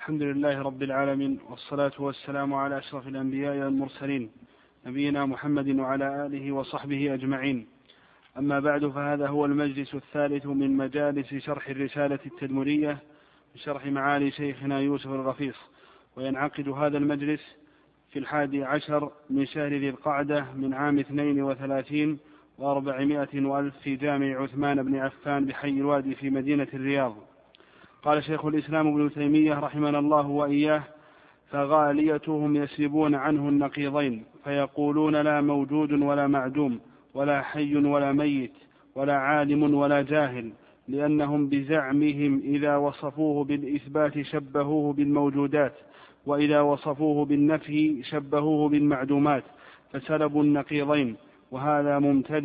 الحمد لله رب العالمين، والصلاة والسلام على أشرف الأنبياء والمرسلين نبينا محمد وعلى آله وصحبه أجمعين. أما بعد، فهذا هو المجلس الثالث من مجالس شرح الرسالة التدمرية بشرح معالي شيخنا يوسف الغفيص، وينعقد هذا المجلس في 11 من شهر ذي القعدة من عام 32 و400 وألف في جامع عثمان بن عفان بحي الوادي في مدينة الرياض. قال شيخ الإسلام ابن تيمية رحمنا الله وإياه: فغاليتهم يسلبون عنه النقيضين، فيقولون لا موجود ولا معدوم، ولا حي ولا ميت، ولا عالم ولا جاهل، لأنهم بزعمهم إذا وصفوه بالإثبات شبهوه بالموجودات، وإذا وصفوه بالنفي شبهوه بالمعدومات، فسلبوا النقيضين، وهذا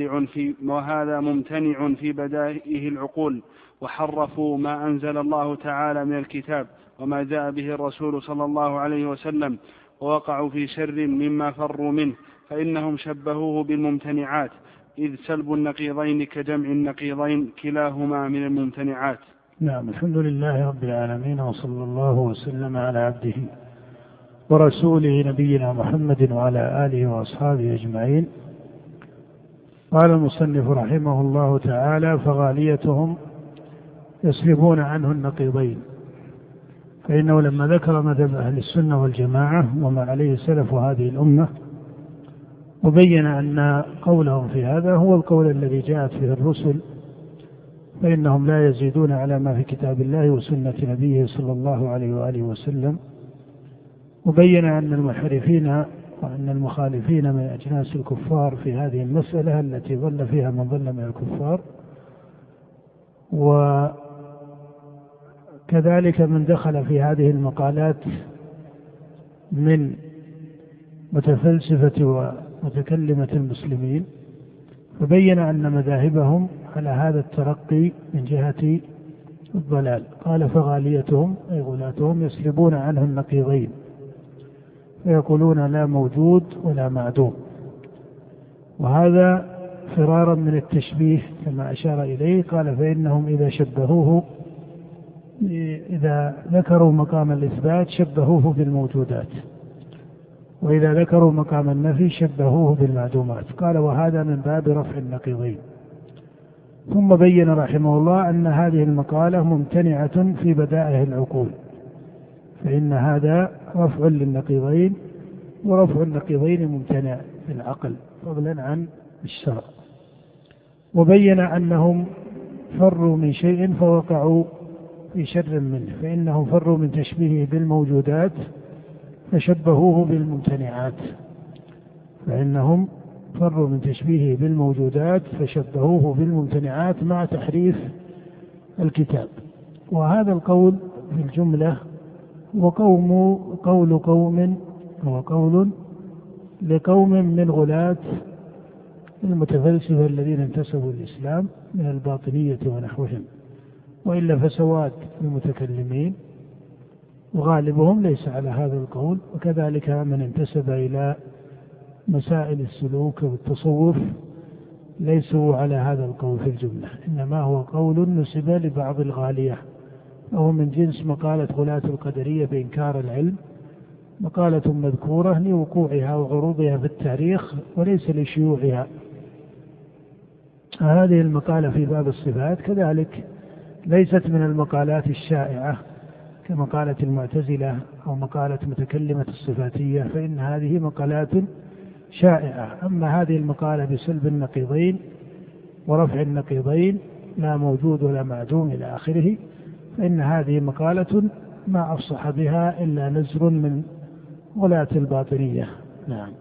ممتنع في بدائه العقول، وحرفوا ما أنزل الله تعالى من الكتاب وما جاء به الرسول صلى الله عليه وسلم، ووقعوا في شر مما فروا منه، فإنهم شبهوه بالممتنعات، إذ سلب النقيضين كجمع النقيضين كلاهما من الممتنعات. نعم، الحمد لله رب العالمين، وصلى الله وسلم على عبده ورسوله نبينا محمد وعلى آله وأصحابه أجمعين. قال المصنف رحمه الله تعالى: فغاليتهم يسلبون عنه النقيضين. فإنه لما ذكر مذهب أهل السنة والجماعة وما عليه سلف هذه الأمة، وبين أن قولهم في هذا هو القول الذي جاءت فيه الرسل، فإنهم لا يزيدون على ما في كتاب الله وسنة نبيه صلى الله عليه وآله وسلم، وبين أن المحرفين وأن المخالفين من أجناس الكفار في هذه المسألة التي ضل فيها من ضل من الكفار، وكذلك من دخل في هذه المقالات من متفلسفة ومتكلمة المسلمين، فبين أن مذاهبهم على هذا الترقي من جهة الضلال. قال: فغاليتهم أي غلاتهم يسلبون عنه النقيضين، فيقولون لا موجود ولا معدوم، وهذا فرارا من التشبيه كما أشار إليه. قال: فإنهم إذا شبهوه، إذا ذكروا مقام الإثبات شبهوه بالموجودات، وإذا ذكروا مقام النفي شبهوه بالمعدومات. قال: وهذا من باب رفع النقيضين. ثم بين رحمه الله أن هذه المقالة ممتنعة في بدائه العقول، فإن هذا رفع للنقيضين، ورفع النقيضين ممتنع في العقل فضلا عن الشرع. وبين أنهم فروا من شيء فوقعوا في شر منه، فإنهم فروا من تشبيهه بالموجودات فشبهوه بالممتنعات، فإنهم فروا من تشبيهه بالموجودات فشبهوه بالممتنعات مع تحريف الكتاب. وهذا القول في الجملة هو قول لقوم من غلاة المتفلسفة الذين انتسبوا الإسلام من الباطنية ونحوهم، وإلا فسواد المتكلمين وغالبهم ليس على هذا القول، وكذلك من انتسب إلى مسائل السلوك والتصوف ليسوا على هذا القول في الجملة، إنما هو قول نسب لبعض الغالية، وهو من جنس مقالة غلاة القدرية بإنكار العلم، مقالة مذكورة لوقوعها وعروضها في التاريخ وليس لشيوعها. هذه المقالة في باب الصفات كذلك ليست من المقالات الشائعة كمقالة المعتزلة أو مقالة متكلمة الصفاتية، فإن هذه مقالات شائعة. أما هذه المقالة بسلب النقيضين ورفع النقيضين، لا موجود ولا معدوم إلى آخره، فإن هذه مقالة ما أفصح بها إلا نزر من غلاة الباطنية. نعم.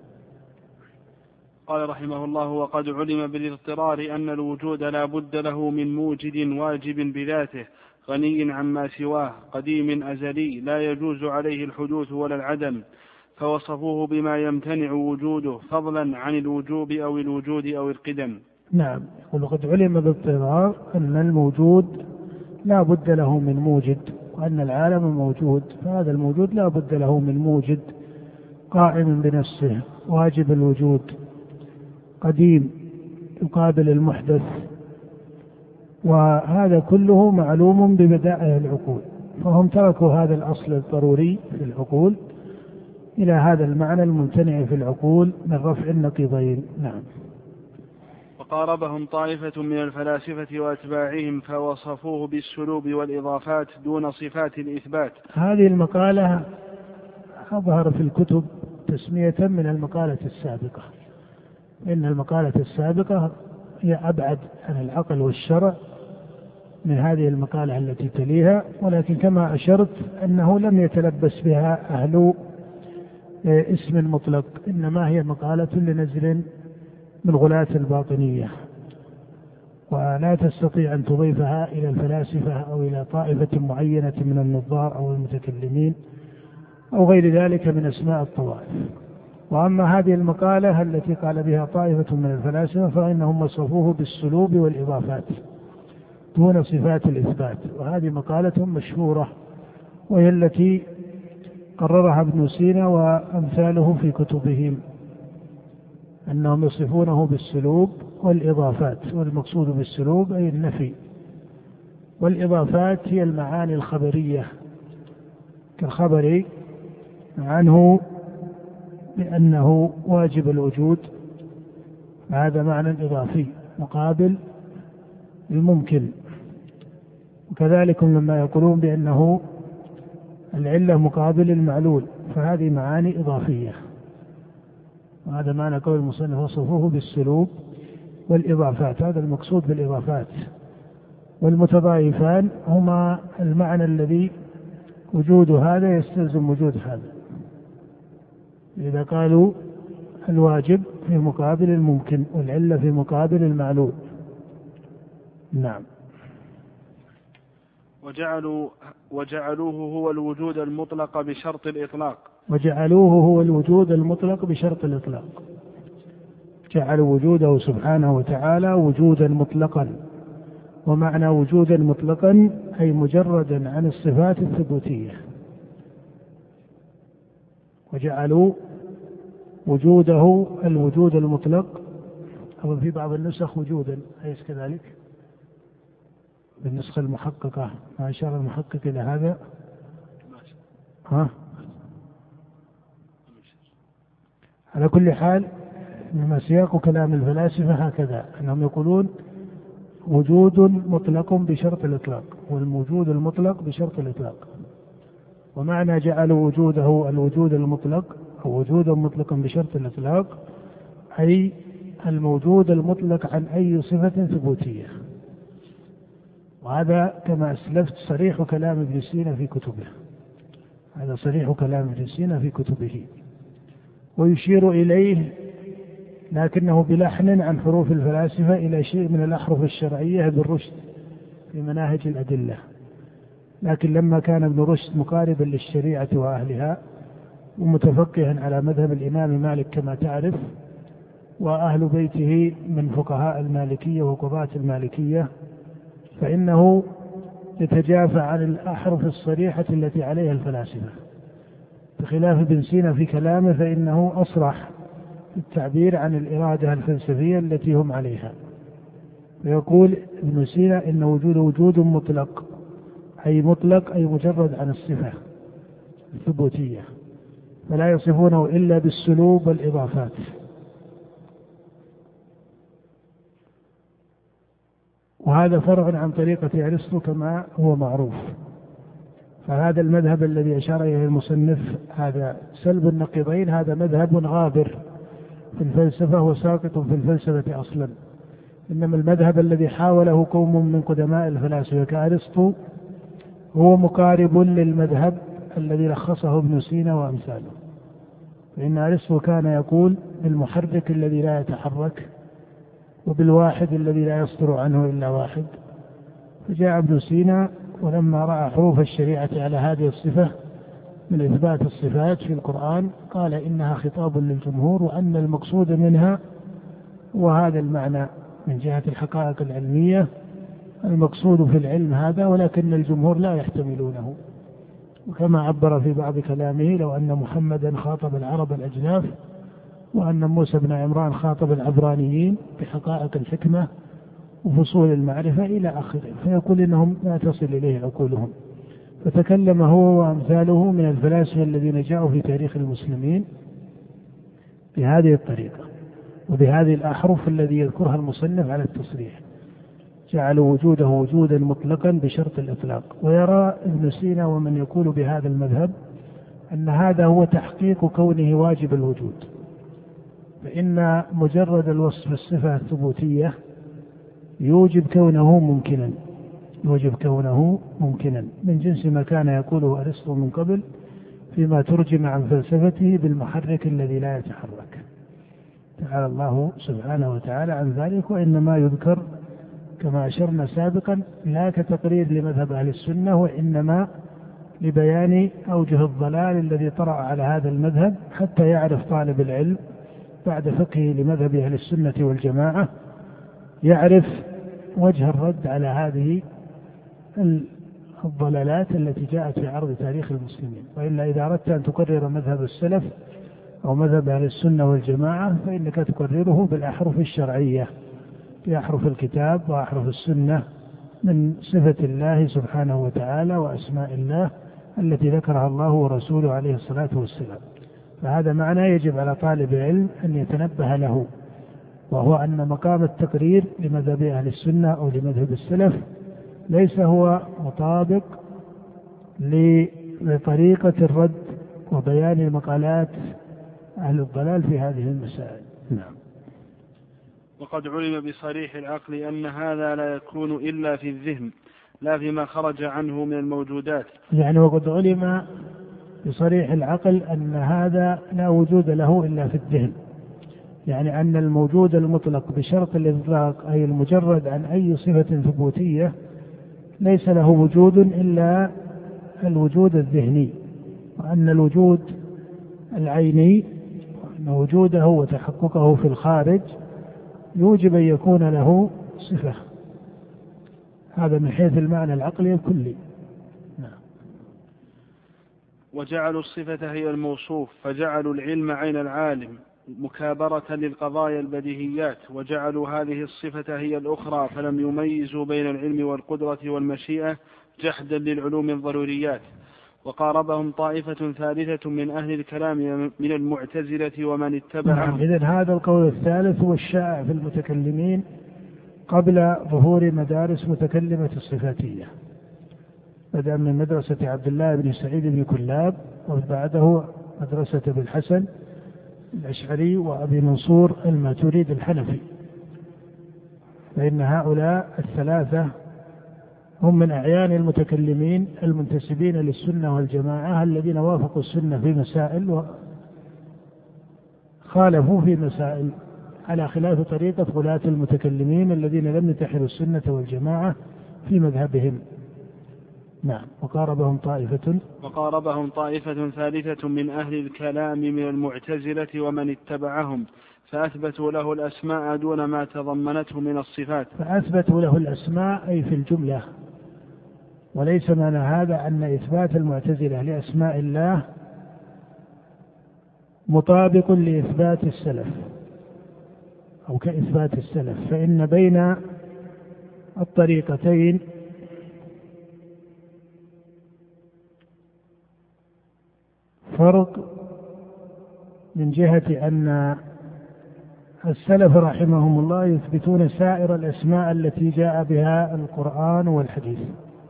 قال رحمه الله: وقد علم بالاضطرار أن الوجود لا بد له من موجد واجب بذاته غني عما سواه قديم أزلي لا يجوز عليه الحدوث ولا العدم، فوصفوه بما يمتنع وجوده فضلا عن الوجوب أو الوجود أو القدم. نعم. وقد علم بالاضطرار أن الموجود لا بد له من موجد، وأن العالم موجود، فهذا الموجود لا بد له من موجد قائم بنفسه واجب الوجود قديم يقابل المحدث، وهذا كله معلوم ببدائه العقول. فهم تركوا هذا الأصل الضروري في العقول إلى هذا المعنى الممتنع في العقول من رفع النقيضين. نعم. وقاربهم طائفة من الفلاسفة وأتباعهم فوصفوه بالسلوب والإضافات دون صفات الإثبات. هذه المقالة أظهر في الكتب تسمية من المقالة السابقة، إن المقالة السابقة هي أبعد عن العقل والشرع من هذه المقالة التي تليها، ولكن كما أشرت أنه لم يتلبس بها أهل اسم مطلق، إنما هي مقالة لنزل من غلاة الباطنية، ولا تستطيع أن تضيفها إلى الفلاسفة أو إلى طائفة معينة من النظار أو المتكلمين أو غير ذلك من أسماء الطوائف. وأما هذه المقالة التي قال بها طائفة من الفلاسفة فإنهم وصفوه بالسلوب والإضافات دون صفات الإثبات، وهذه مقالة مشهورة وهي التي قررها ابن سينا وأمثاله في كتبهم، أنهم يصفونه بالسلوب والإضافات، والمقصود بالسلوب أي النفي، والإضافات هي المعاني الخبرية كالخبر عنه بأنه واجب الوجود، هذا معنى إضافي مقابل الممكن. وكذلك لما يقولون بأنه العلة مقابل المعلول فهذه معاني إضافية، وهذا معنى قول المصنف وصفوه بالسلوب والإضافات، هذا المقصود بالإضافات. والمتضايفان هما المعنى الذي وجود هذا يستلزم وجود هذا، إذا قالوا الواجب في مقابل الممكن والعلة في مقابل المعلول. نعم. وجعلوه هو الوجود المطلق بشرط الإطلاق. وجعلوه هو الوجود المطلق بشرط الإطلاق، جعلوا وجوده سبحانه وتعالى وجودا مطلقا، ومعنى وجودا مطلقا أي مجردا عن الصفات الثبوتية. وجعلوا وجوده الوجود المطلق، أو في بعض النسخ وجودا، أليس كذلك؟ بالنسخة المحققة ما أشار المحقق إلى هذا. على كل حال إنما سياق كلام الفلاسفة هكذا، أنهم يقولون وجود مطلق بشرط الإطلاق، والوجود المطلق بشرط الإطلاق. ومعنى جعلوا وجوده الوجود المطلق أو وجودا مطلقا بشرط الإطلاق أي الموجود المطلق عن أي صفة ثبوتية. وهذا كما أسلفت صريح كلام ابن سينا في كتبه، هذا صريح كلام ابن سينا في كتبه، ويشير إليه لكنه بلحن عن حروف الفلاسفة إلى شيء من الأحرف الشرعية بالرشد في مناهج الأدلة. لكن لما كان ابن رشد مقاربا للشريعة وأهلها ومتفقها على مذهب الإمام مالك كما تعرف، وأهل بيته من فقهاء المالكية وقضاة المالكية، فإنه يتجافى عن الأحرف الصريحة التي عليها الفلاسفة، بخلاف ابن سينا في كلامه فإنه أصرح في التعبير عن الإرادة الفلسفية التي هم عليها. ويقول ابن سينا إن وجود مطلق أي مطلق أي مجرد عن الصفة الثبوتية، فلا يصفونه إلا بالسلوب والإضافات. وهذا فرع عن طريقة أرسطو كما هو معروف. فهذا المذهب الذي أشار إليه المصنف، هذا سلب النقيضين، هذا مذهب غابر في الفلسفة وساقط في الفلسفة أصلا. إنما المذهب الذي حاوله قوم من قدماء الفلاسفة كأرسطو هو مقارب للمذهب الذي لخصه ابن سينا وأمثاله. فإن أرسطو كان يقول بالمحرك الذي لا يتحرك وبالواحد الذي لا يصدر عنه إلا واحد. فجاء ابن سينا ولما رأى حروف الشريعة على هذه الصفة من إثبات الصفات في القرآن قال إنها خطاب للجمهور، وأن المقصود منها وهذا المعنى من جهة الحقائق العلمية، المقصود في العلم هذا، ولكن الجمهور لا يحتملونه. وكما عبر في بعض كلامه لو أن محمدا خاطب العرب الأجناف وأن موسى بن عمران خاطب العبرانيين بحقائق وفصول المعرفة إلى آخره، فيقول إنهم لا تصل إليه عقولهم. فتكلم هو وأمثاله من الفلاسفة الذين جاءوا في تاريخ المسلمين بهذه الطريقة وبهذه الأحرف الذي يذكرها المصنف على التصريح، جعلوا وجوده وجودا مطلقا بشرط الإطلاق. ويرى ابن سينا ومن يقول بهذا المذهب أن هذا هو تحقيق كونه واجب الوجود، فإن مجرد الوصف الصفة الثبوتية يوجب كونه ممكنا من جنس ما كان يقوله أرسطو من قبل فيما ترجم عن فلسفته بالمحرك الذي لا يتحرك. تعالى الله سبحانه وتعالى عن ذلك، وإنما يذكر كما أشرنا سابقا لا كتقرير لمذهب أهل السنة، وإنما لبيان أوجه الضلال الذي طرأ على هذا المذهب، حتى يعرف طالب العلم بعد فقهه لمذهب أهل السنة والجماعة يعرف وجه الرد على هذه الضلالات التي جاءت في عرض تاريخ المسلمين. وإلا إذا أردت أن تقرر مذهب السلف أو مذهب أهل السنة والجماعة فإنك تقرره بالأحرف الشرعية، بأحرف الكتاب وأحرف السنة من صفة الله سبحانه وتعالى وأسماء الله التي ذكرها الله ورسوله عليه الصلاة والسلام. فهذا معنى يجب على طالب العلم أن يتنبه له، وهو أن مقام التقرير لمذهب أهل السنة أو لمذهب السلف ليس هو مطابق لطريقة الرد وبيان المقالات أهل الضلال في هذه المسائل. نعم. وقد علم بصريح العقل أن هذا لا يكون إلا في الذهن لا فيما خرج عنه من الموجودات. يعني وقد علم بصريح العقل أن هذا لا وجود له إلا في الذهن، يعني أن الموجود المطلق بشرط الإطلاق أي المجرد عن أي صفة ثبوتية ليس له وجود إلا الوجود الذهني، وأن الوجود العيني وأن وجوده وتحققه في الخارج يوجب أن يكون له صفة. هذا من حيث المعنى العقلي الكلي. وجعلوا الصفة هي الموصوف، فجعلوا العلم عين العالم مكابرة للقضايا البديهيات، وجعلوا هذه الصفة هي الأخرى، فلم يميزوا بين العلم والقدرة والمشيئة جحدا للعلوم الضروريات. وقاربهم طائفة ثالثة من أهل الكلام من المعتزلة ومن اتبعهم. إذن هذا القول الثالث هو الشائع في المتكلمين قبل ظهور مدارس متكلمة الصفاتية، بدأ من مدرسة عبد الله بن سعيد بن كلاب، وبعده مدرسة ابن الحسن الأشعري وأبي منصور الماتريدي الحنفي. فإن هؤلاء الثلاثة هم من أعيان المتكلمين المنتسبين للسنة والجماعة الذين وافقوا السنة في مسائل وخالفوا في مسائل، على خلاف طريقة غلاة المتكلمين الذين لم يتحدوا السنة والجماعة في مذهبهم. نعم. وقاربهم طائفة ثالثة من أهل الكلام من المعتزلة ومن اتبعهم، فأثبتوا له الأسماء دون ما تضمنته من الصفات. فأثبتوا له الأسماء أي في الجملة، وليس معنى هذا أن إثبات المعتزلة لأسماء الله مطابق لإثبات السلف أو كإثبات السلف، فإن بين الطريقتين فرق، من جهة أن السلف رحمهم الله يثبتون سائر الأسماء التي جاء بها القرآن والحديث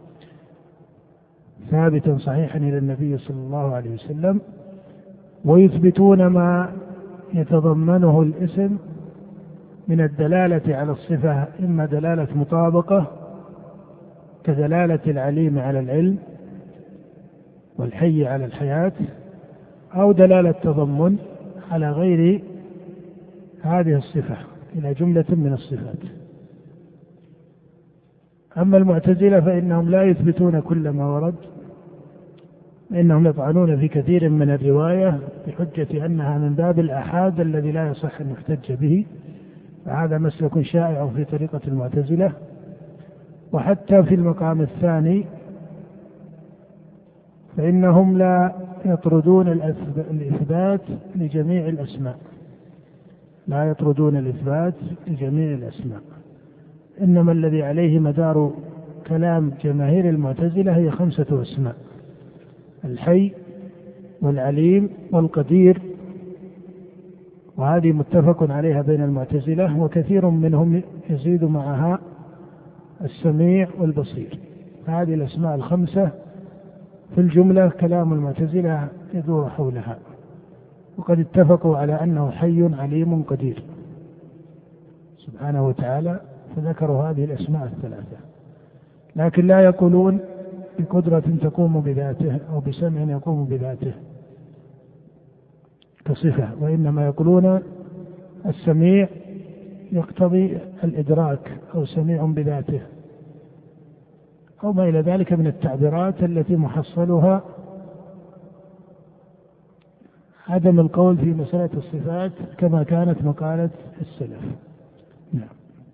ثابتا صحيحا إلى النبي صلى الله عليه وسلم، ويثبتون ما يتضمنه الاسم من الدلالة على الصفة، إما دلالة مطابقة كدلالة العليم على العلم والحي على الحياة، أو دلالة تضمن على غير هذه الصفة إلى جملة من الصفات. أما المعتزلة فإنهم لا يثبتون كل ما ورد، إنهم يطعنون في كثير من الرواية بحجة أنها من باب الآحاد الذي لا يصح أن يحتج به، فهذا مسلك شائع في طريقة المعتزلة. وحتى في المقام الثاني فإنهم لا يطردون الإثبات لجميع الأسماء، لا يطردون الإثبات لجميع الأسماء، إنما الذي عليه مدار كلام جماهير المعتزلة هي 5 أسماء: الحي والعليم والقدير، وهذه متفق عليها بين المعتزلة، وكثير منهم يزيد معها السميع والبصير. هذه الأسماء الخمسة في الجملة كلام المعتزلة يدور حولها، وقد اتفقوا على أنه حي عليم قدير سبحانه وتعالى، فذكروا هذه الأسماء الثلاثة، لكن لا يقولون بقدرة تقوم بذاته أو بسمع يقوم بذاته كصفة، وإنما يقولون السميع يقتضي الإدراك أو سميع بذاته أو ما إلى ذلك من التعبيرات التي محصلها عدم القول في مسألة الصفات كما كانت مقالة السلف. نعم.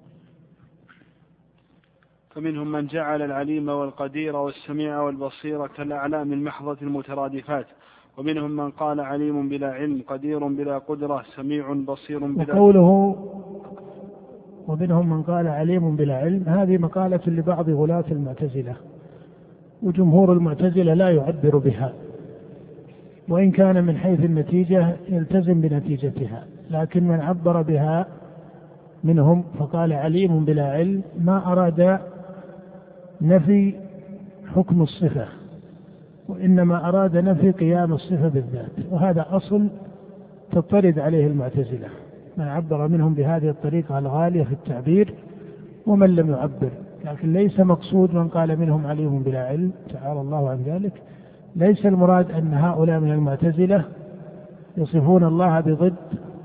فمنهم من جعل العليم والقدير والسميع والبصير كالأعلام المحضة المترادفات، ومنهم من قال عليم بلا علم، قدير بلا قدرة، سميع بصير بلا. وقوله ومنهم من قال عليم بلا علم، هذه مقالة لبعض غلاة المعتزلة، وجمهور المعتزلة لا يعبر بها، وإن كان من حيث النتيجة يلتزم بنتيجتها، لكن من عبر بها منهم فقال عليم بلا علم ما أراد نفي حكم الصفة، وإنما أراد نفي قيام الصفة بالذات، وهذا أصل تضطرد عليه المعتزلة، من عبر منهم بهذه الطريقة الغالية في التعبير ومن لم يعبر. لكن ليس مقصود من قال منهم عليم بلا علم، تعالى الله عن ذلك، ليس المراد أن هؤلاء من المعتزلة يصفون الله بضد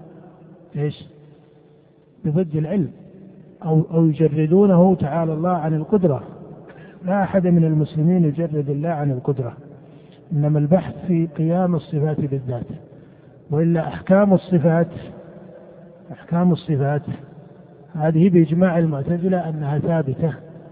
بضد العلم أو يجردونه تعالى الله عن القدرة. لا أحد من المسلمين يجرد الله عن القدرة، إنما البحث في قيام الصفات بالذات، وإلا أحكام الصفات هذه بإجماع المعتزلة أنها ثابتة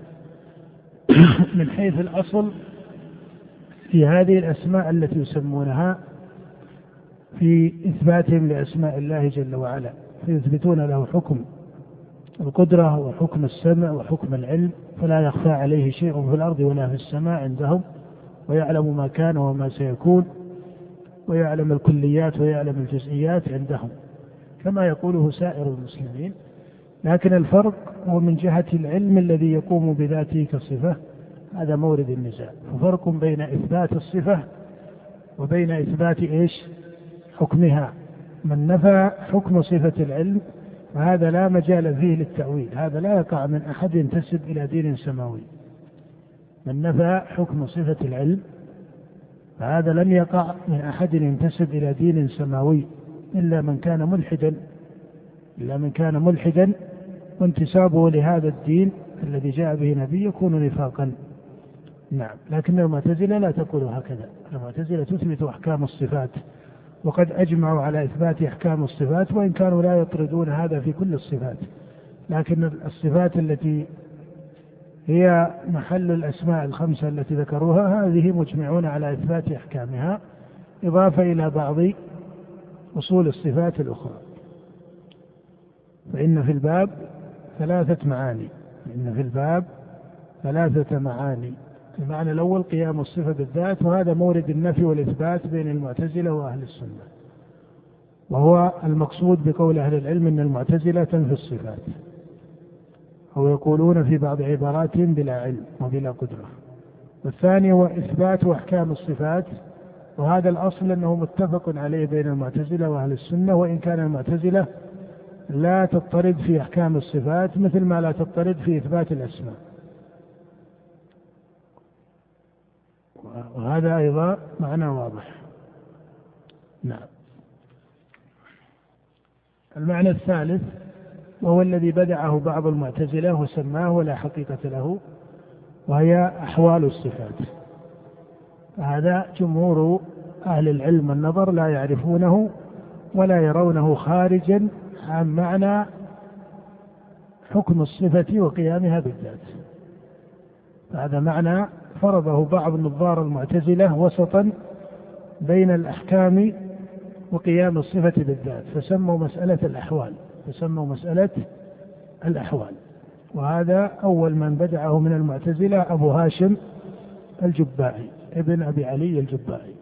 من حيث الأصل في هذه الأسماء التي يسمونها في إثباتهم لأسماء الله جل وعلا، فيثبتون له حكم القدرة وحكم السمع وحكم العلم، فلا يخفى عليه شيء في الأرض ولا في السماء عندهم، ويعلم ما كان وما سيكون، ويعلم الكليات ويعلم الجزئيات عندهم كما يقوله سائر المسلمين. لكن الفرق هو من جهة العلم الذي يقوم بذاته كصفة، هذا مورد النزاع، ففرق بين إثبات الصفة وبين إثبات حكمها. من نفى حكم صفة العلم فهذا لا مجال فيه للتأويل، هذا لا يقع من أحد ينتسب إلى دين سماوي. من نفى حكم صفة العلم فهذا لم يقع من أحد ينتسب إلى دين سماوي إلا من كان ملحدا، وانتسابه لهذا الدين الذي جاء به نبي يكون نفاقا. نعم. لكن المعتزلة لا تقول هكذا، المعتزلة تثبت أحكام الصفات، وقد أجمعوا على إثبات أحكام الصفات، وإن كانوا لا يطردون هذا في كل الصفات، لكن الصفات التي هي محل الأسماء الخمسة التي ذكروها هذه مجمعون على إثبات أحكامها، إضافة إلى بعض أصول الصفات الأخرى. فإن في الباب ثلاثة معاني. المعنى الأول قيام الصفة بالذات، وهذا مورد النفي والإثبات بين المعتزلة وأهل السنة، وهو المقصود بقول أهل العلم أن المعتزلة تنفي الصفات، أو يقولون في بعض عباراتهم بلا علم وبلا قدرة. والثاني هو إثبات أحكام الصفات، وهذا الأصل أنه متفق عليه بين المعتزلة وأهل السنة، وإن كان المعتزلة لا تضطرد في أحكام الصفات مثل ما لا تضطرد في إثبات الأسماء، وهذا أيضا معنى واضح. نعم. المعنى الثالث وهو الذي بدعه بعض المعتزلة وسماه ولا حقيقة له، وهي أحوال الصفات. هذا جمهور أهل العلم والنظر لا يعرفونه ولا يرونه خارجا عن معنى حكم الصفة وقيامها بالذات. هذا معنى فرضه بعض نظار المعتزلة وسطا بين الأحكام وقيام الصفة بالذات، فسموا مسألة الأحوال. وهذا أول من بدعه من المعتزلة أبو هاشم الجبائي ابن أبي علي الجبائي،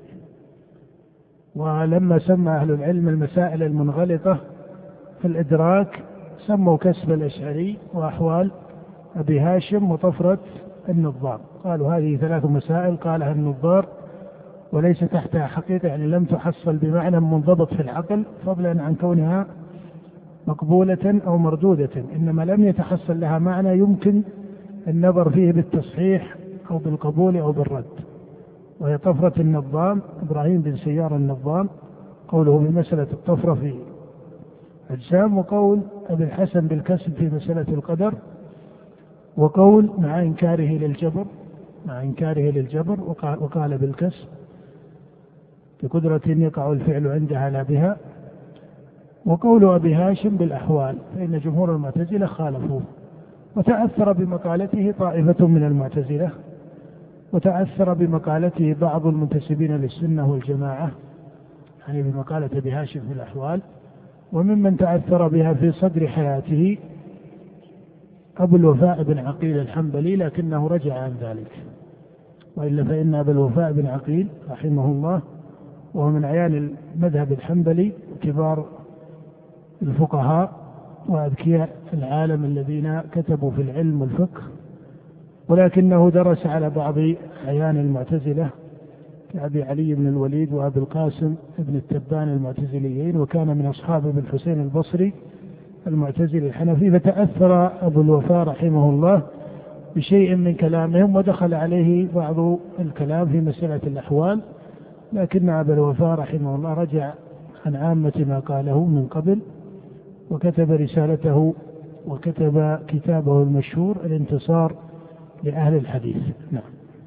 ولما سمى أهل العلم المسائل المنغلطة في الإدراك سموا كسب الأشعري وأحوال أبي هاشم وطفرة النظار، قالوا هذه 3 مسائل قالها النظار وليس تحتها حقيقة، يعني لم تحصل بمعنى منضبط في العقل فضلا عن كونها مقبولة أو مردودة، إنما لم يتحصل لها معنى يمكن النظر فيه بالتصحيح أو بالقبول أو بالرد. وهي طفرة النظام إبراهيم بن سيار النظام، قوله بمسألة الطفرة في أجسام، وقول أبي الحسن بالكسب في مسألة القدر، وقول مع إنكاره للجبر وقال بالكسب بقدرة يقع الفعل عندها لا بها، وقول أبي هاشم بالأحوال، فإن جمهور المعتزلة خالفوه، وتأثر بمقالته طائفة من المعتزلة، وتأثر بمقالته بعض المنتسبين للسنة والجماعة، يعني بمقالة أبي هاشم في الأحوال. وممن تأثر بها في صدر حياته أبو الوفاء بن عقيل الحنبلي، لكنه رجع عن ذلك، وإلا فإن أبا الوفاء بن عقيل رحمه الله وهو من أعيان المذهب الحنبلي كبار الفقهاء وأذكياء العالم الذين كتبوا في العلم والفقه، ولكنه درس على بعض أعيان المعتزلة كأبي علي بن الوليد وأبي القاسم بن التبان المعتزليين، وكان من أصحاب ابن الحسين البصري المعتزلي الحنفي، فتأثر أبو الوفاء رحمه الله بشيء من كلامهم ودخل عليه بعض الكلام في مسألة الأحوال، لكن أبا الوفاء رحمه الله رجع عن عامة ما قاله من قبل، وكتب رسالته وكتب كتابه المشهور الانتصار لأهل الحديث. نعم.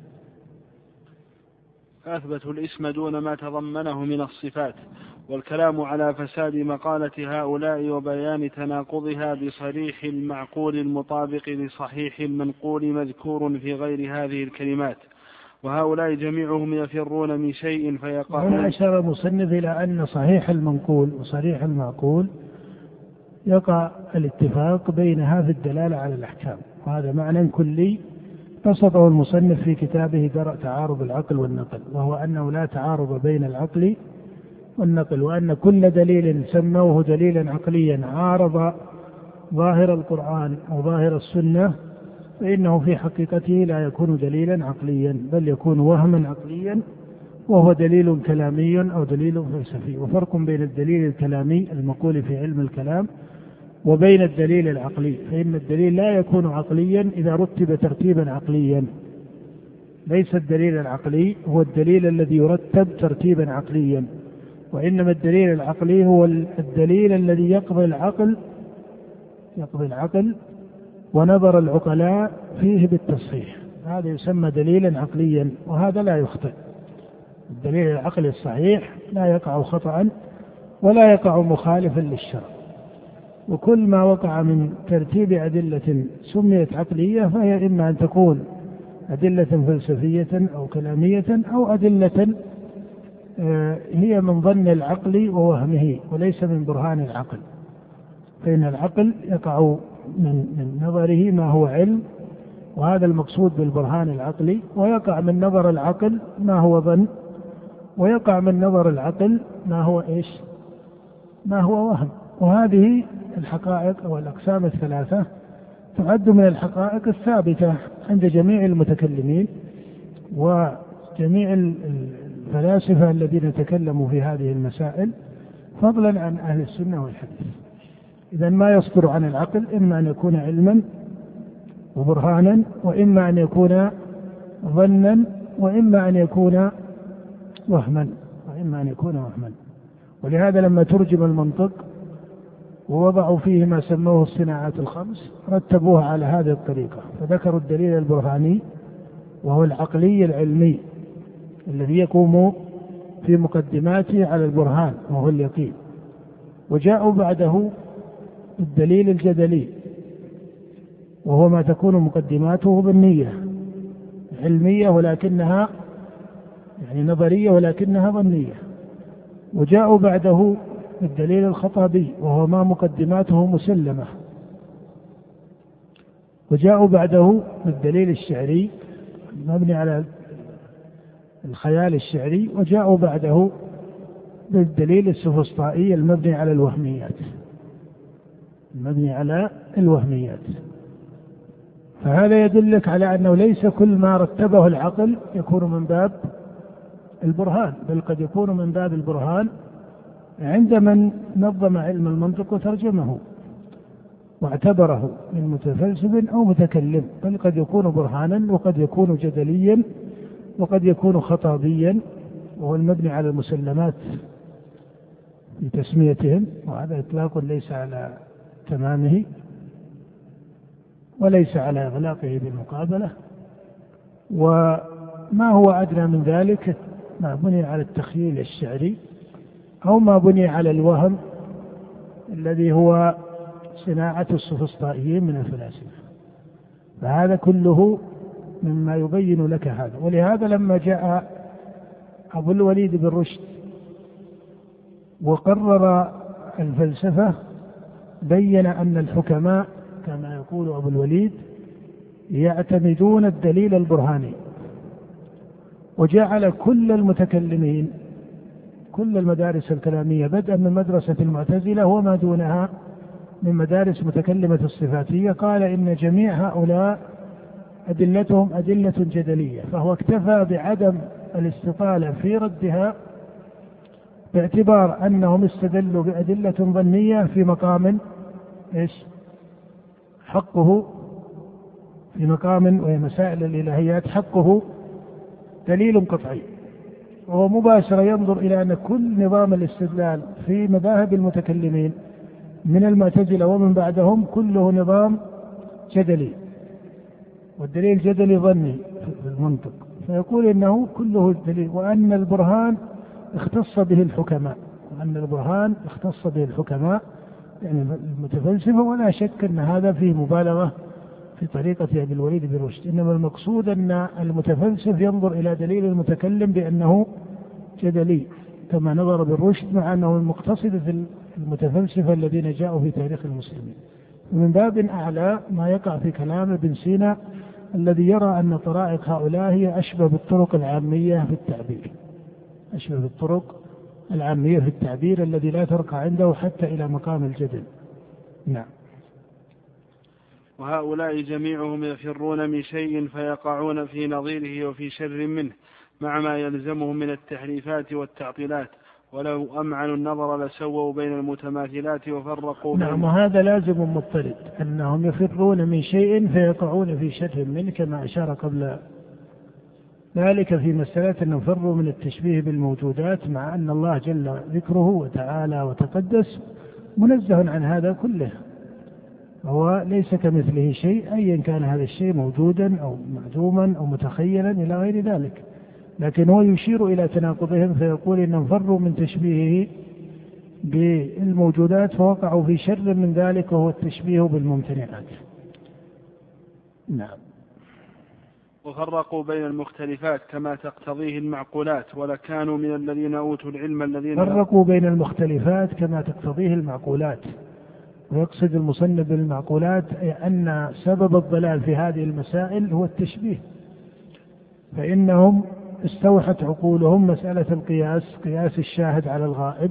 أثبتوا الاسم دون ما تضمنه من الصفات، والكلام على فساد مقالة هؤلاء وبيان تناقضها بصريح المعقول المطابق لصحيح المنقول مذكور في غير هذه الكلمات، وهؤلاء جميعهم يفرون من شيء فيقعون. هنا أشار المصنف إلى أن صحيح المنقول وصريح المعقول يقع الاتفاق بينها في الدلالة على الأحكام، وهذا معنى كلي بسطه المصنف في كتابه درء تعارض العقل والنقل، وهو أنه لا تعارض بين العقل والنقل، وأن كل دليل سموه دليلا عقليا عارض ظاهر القرآن أو ظاهر السنة فإنه في حقيقته لا يكون دليلا عقليا، بل يكون وهما عقليا، وهو دليل كلامي أو دليل فلسفي. وفرق بين الدليل الكلامي المقول في علم الكلام وبين الدليل العقلي، فإن الدليل لا يكون عقليا إذا رتب ترتيبا عقليا، ليس الدليل العقلي هو الدليل الذي يرتب ترتيبا عقليا، وإنما الدليل العقلي هو الدليل الذي يقضي العقل ونظر العقلاء فيه بالتصحيح، هذا يسمى دليلا عقليا، وهذا لا يخطئ. الدليل العقلي الصحيح لا يقع خطأ ولا يقع مخالفا للشرع، وكل ما وقع من ترتيب أدلة سميت عقلية فهي إما أن تكون أدلة فلسفية أو كلامية أو أدلة هي من ظن العقل ووهمه وليس من برهان العقل، فإن العقل يقع من نظره ما هو علم، وهذا المقصود بالبرهان العقلي، ويقع من نظر العقل ما هو ظن، ويقع من نظر العقل ما هو ما هو وهم. وهذه الحقائق أو الأقسام الثلاثة تعد من الحقائق الثابتة عند جميع المتكلمين وجميع الفلاسفة الذين تكلموا في هذه المسائل فضلا عن أهل السنة والحديث. إذن ما يصدر عن العقل إما أن يكون علما وبرهانا، وإما أن يكون ظنا، وإما أن يكون وهما. ولهذا لما ترجم المنطق ووضعوا فيه ما سموه الصناعات الخمس رتبوها على هذه الطريقة، فذكروا الدليل البرهاني وهو العقلي العلمي الذي يقوم في مقدماته على البرهان وهو اليقين، وجاءوا بعده الدليل الجدلي وهو ما تكون مقدماته بالنية علمية ولكنها نظرية ولكنها ظنية، وجاءوا بعده الدليل الخطابي وهو ما مقدماته مسلمة، وجاءوا بعده الدليل الشعري مبني على الخيال الشعري، وجاءوا بعده بالدليل السفسطائي المبني على الوهميات. فهذا يدلك على أنه ليس كل ما رتبه العقل يكون من باب البرهان، بل قد يكون من باب البرهان عند من نظم علم المنطق وترجمه واعتبره من متفلسف أو متكلم، بل قد يكون برهانا وقد يكون جدليا وقد يكون خطابيا، وهو المبني على المسلمات في تسميتهم، وهذا إطلاق ليس على تمامه وليس على إغلاقه بالمقابلة. وما هو أدنى من ذلك ما بني على التخيل الشعري أو ما بني على الوهم الذي هو صناعة السفسطائيين من الفلاسفة، فهذا كله مما يبين لك هذا. ولهذا لما جاء أبو الوليد بن رشد وقرر الفلسفة بين أن الحكماء كما يقول أبو الوليد يعتمدون الدليل البرهاني، وجعل كل المتكلمين كل المدارس الكلامية بدءا من مدرسة المعتزلة وما دونها من مدارس متكلمة الصفاتية، قال إن جميع هؤلاء أدلتهم أدلة جدلية، فهو اكتفى بعدم الاستطالة في ردها باعتبار أنهم استدلوا بأدلة ظنية في مقام حقه في مقام وهي مسائل الإلهيات حقه دليل قطعي، وهو مباشرة ينظر إلى أن كل نظام الاستدلال في مذاهب المتكلمين من المعتزلة ومن بعدهم كله نظام جدلي، والدليل جدلي ظني في المنطق، فيقول إنه كله دليل، وأن البرهان اختص به الحكماء يعني المتفلسفة، ولا شك أن هذا فيه مبالغة في طريقة أبي الوليد بن رشد، إنما المقصود أن المتفلسف ينظر إلى دليل المتكلم بأنه جدلي كما نظر بالرشد، مع أنه المقتصد في المتفلسفة الذين جاءوا في تاريخ المسلمين. ومن باب أعلى ما يقع في كلام ابن سينا الذي يرى أن طرائق هؤلاء هي أشبه بالطرق العامية في التعبير الذي لا ترقى عنده حتى إلى مقام الجدل. نعم. وهؤلاء جميعهم يفرون من شيء فيقعون في نظيره وفي شر منه مع ما يلزمهم من التحريفات والتعطيلات، ولو أمعنوا النظر لسووا بين المتماثلات وفرقوا. نعم، وهذا لازم مضطرد أنهم يفرون من شيء فيقعون في شر منه، كما أشار قبل ذلك في مسألة أن فروا من التشبيه بالموجودات، مع أن الله جل ذكره وتعالى وتقدس منزه عن هذا كله، هو ليس كمثله شيء أيا كان هذا الشيء موجودا أو معدوما أو متخيلا إلى غير ذلك، لكن هو يشير إلى تناقضهم فيقول إنهم فروا من تشبيهه بالموجودات فوقعوا في شر من ذلك وهو التشبيه بالممتنعات. نعم. وفرقوا بين المختلفات كما تقتضيه المعقولات، ولكانوا من الذين أوتوا العلم الذين فرقوا بين المختلفات كما تقتضيه المعقولات، ويقصد المصنف بالمعقولات أن سبب الضلال في هذه المسائل هو التشبيه، فإنهم استوحت عقولهم مسألة القياس، قياس الشاهد على الغائب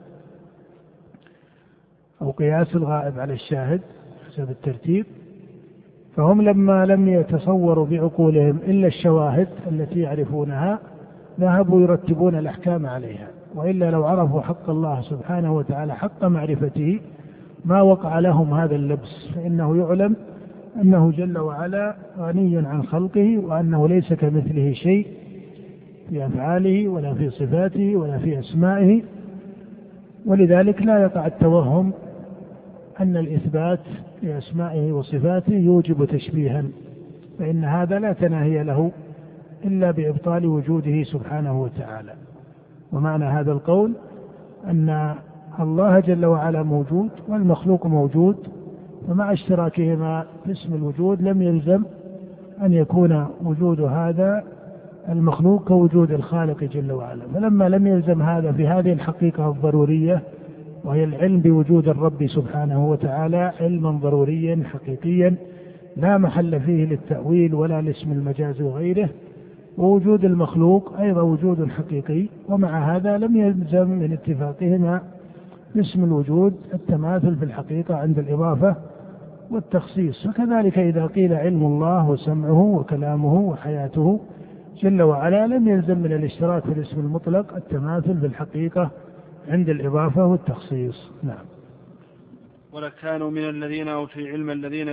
أو قياس الغائب على الشاهد حسب الترتيب، فهم لما لم يتصوروا بعقولهم إلا الشواهد التي يعرفونها ذهبوا يرتبون الأحكام عليها، وإلا لو عرفوا حق الله سبحانه وتعالى حق معرفته ما وقع لهم هذا اللبس، فإنه يعلم أنه جل وعلا غني عن خلقه، وأنه ليس كمثله شيء في أفعاله ولا في صفاته ولا في أسمائه، ولذلك لا يقع التوهم أن الإثبات لأسمائه وصفاته يوجب تشبيها، فإن هذا لا تناهي له إلا بإبطال وجوده سبحانه وتعالى. ومعنى هذا القول أن الله جل وعلا موجود والمخلوق موجود، ومع اشتراكهما في اسم الوجود لم يلزم أن يكون وجود هذا المخلوق كوجود الخالق جل وعلا، فلما لم يلزم هذا في هذه الحقيقة الضرورية وهي العلم بوجود الرب سبحانه وتعالى علما ضروريا حقيقيا لا محل فيه للتأويل ولا لاسم المجاز وغيره، ووجود المخلوق أيضا وجود حقيقي، ومع هذا لم يلزم من اتفاقهما باسم الوجود التماثل في الحقيقة عند الإضافة والتخصيص. وكذلك إذا قيل علم الله وسمعه وكلامه وحياته جل وعلا لم يلزم من الاشتراك في الاسم المطلق التماثل في الحقيقة عند الإضافة والتخصيص. نعم. ولكانوا من الذين أوتوا العلم الذين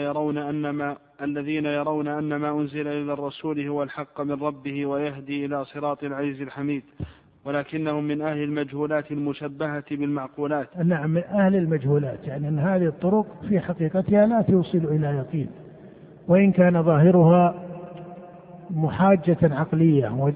يرون أن ما أنزل إلى الرسول هو الحق من ربه ويهدي إلى صراط العزيز الحميد، ولكنهم من أهل المجهولات المشبهة بالمعقولات. نعم، من أهل المجهولات، يعني أن هذه الطرق في حقيقتها لا توصل إلى يقين، وإن كان ظاهرها محاجة عقلية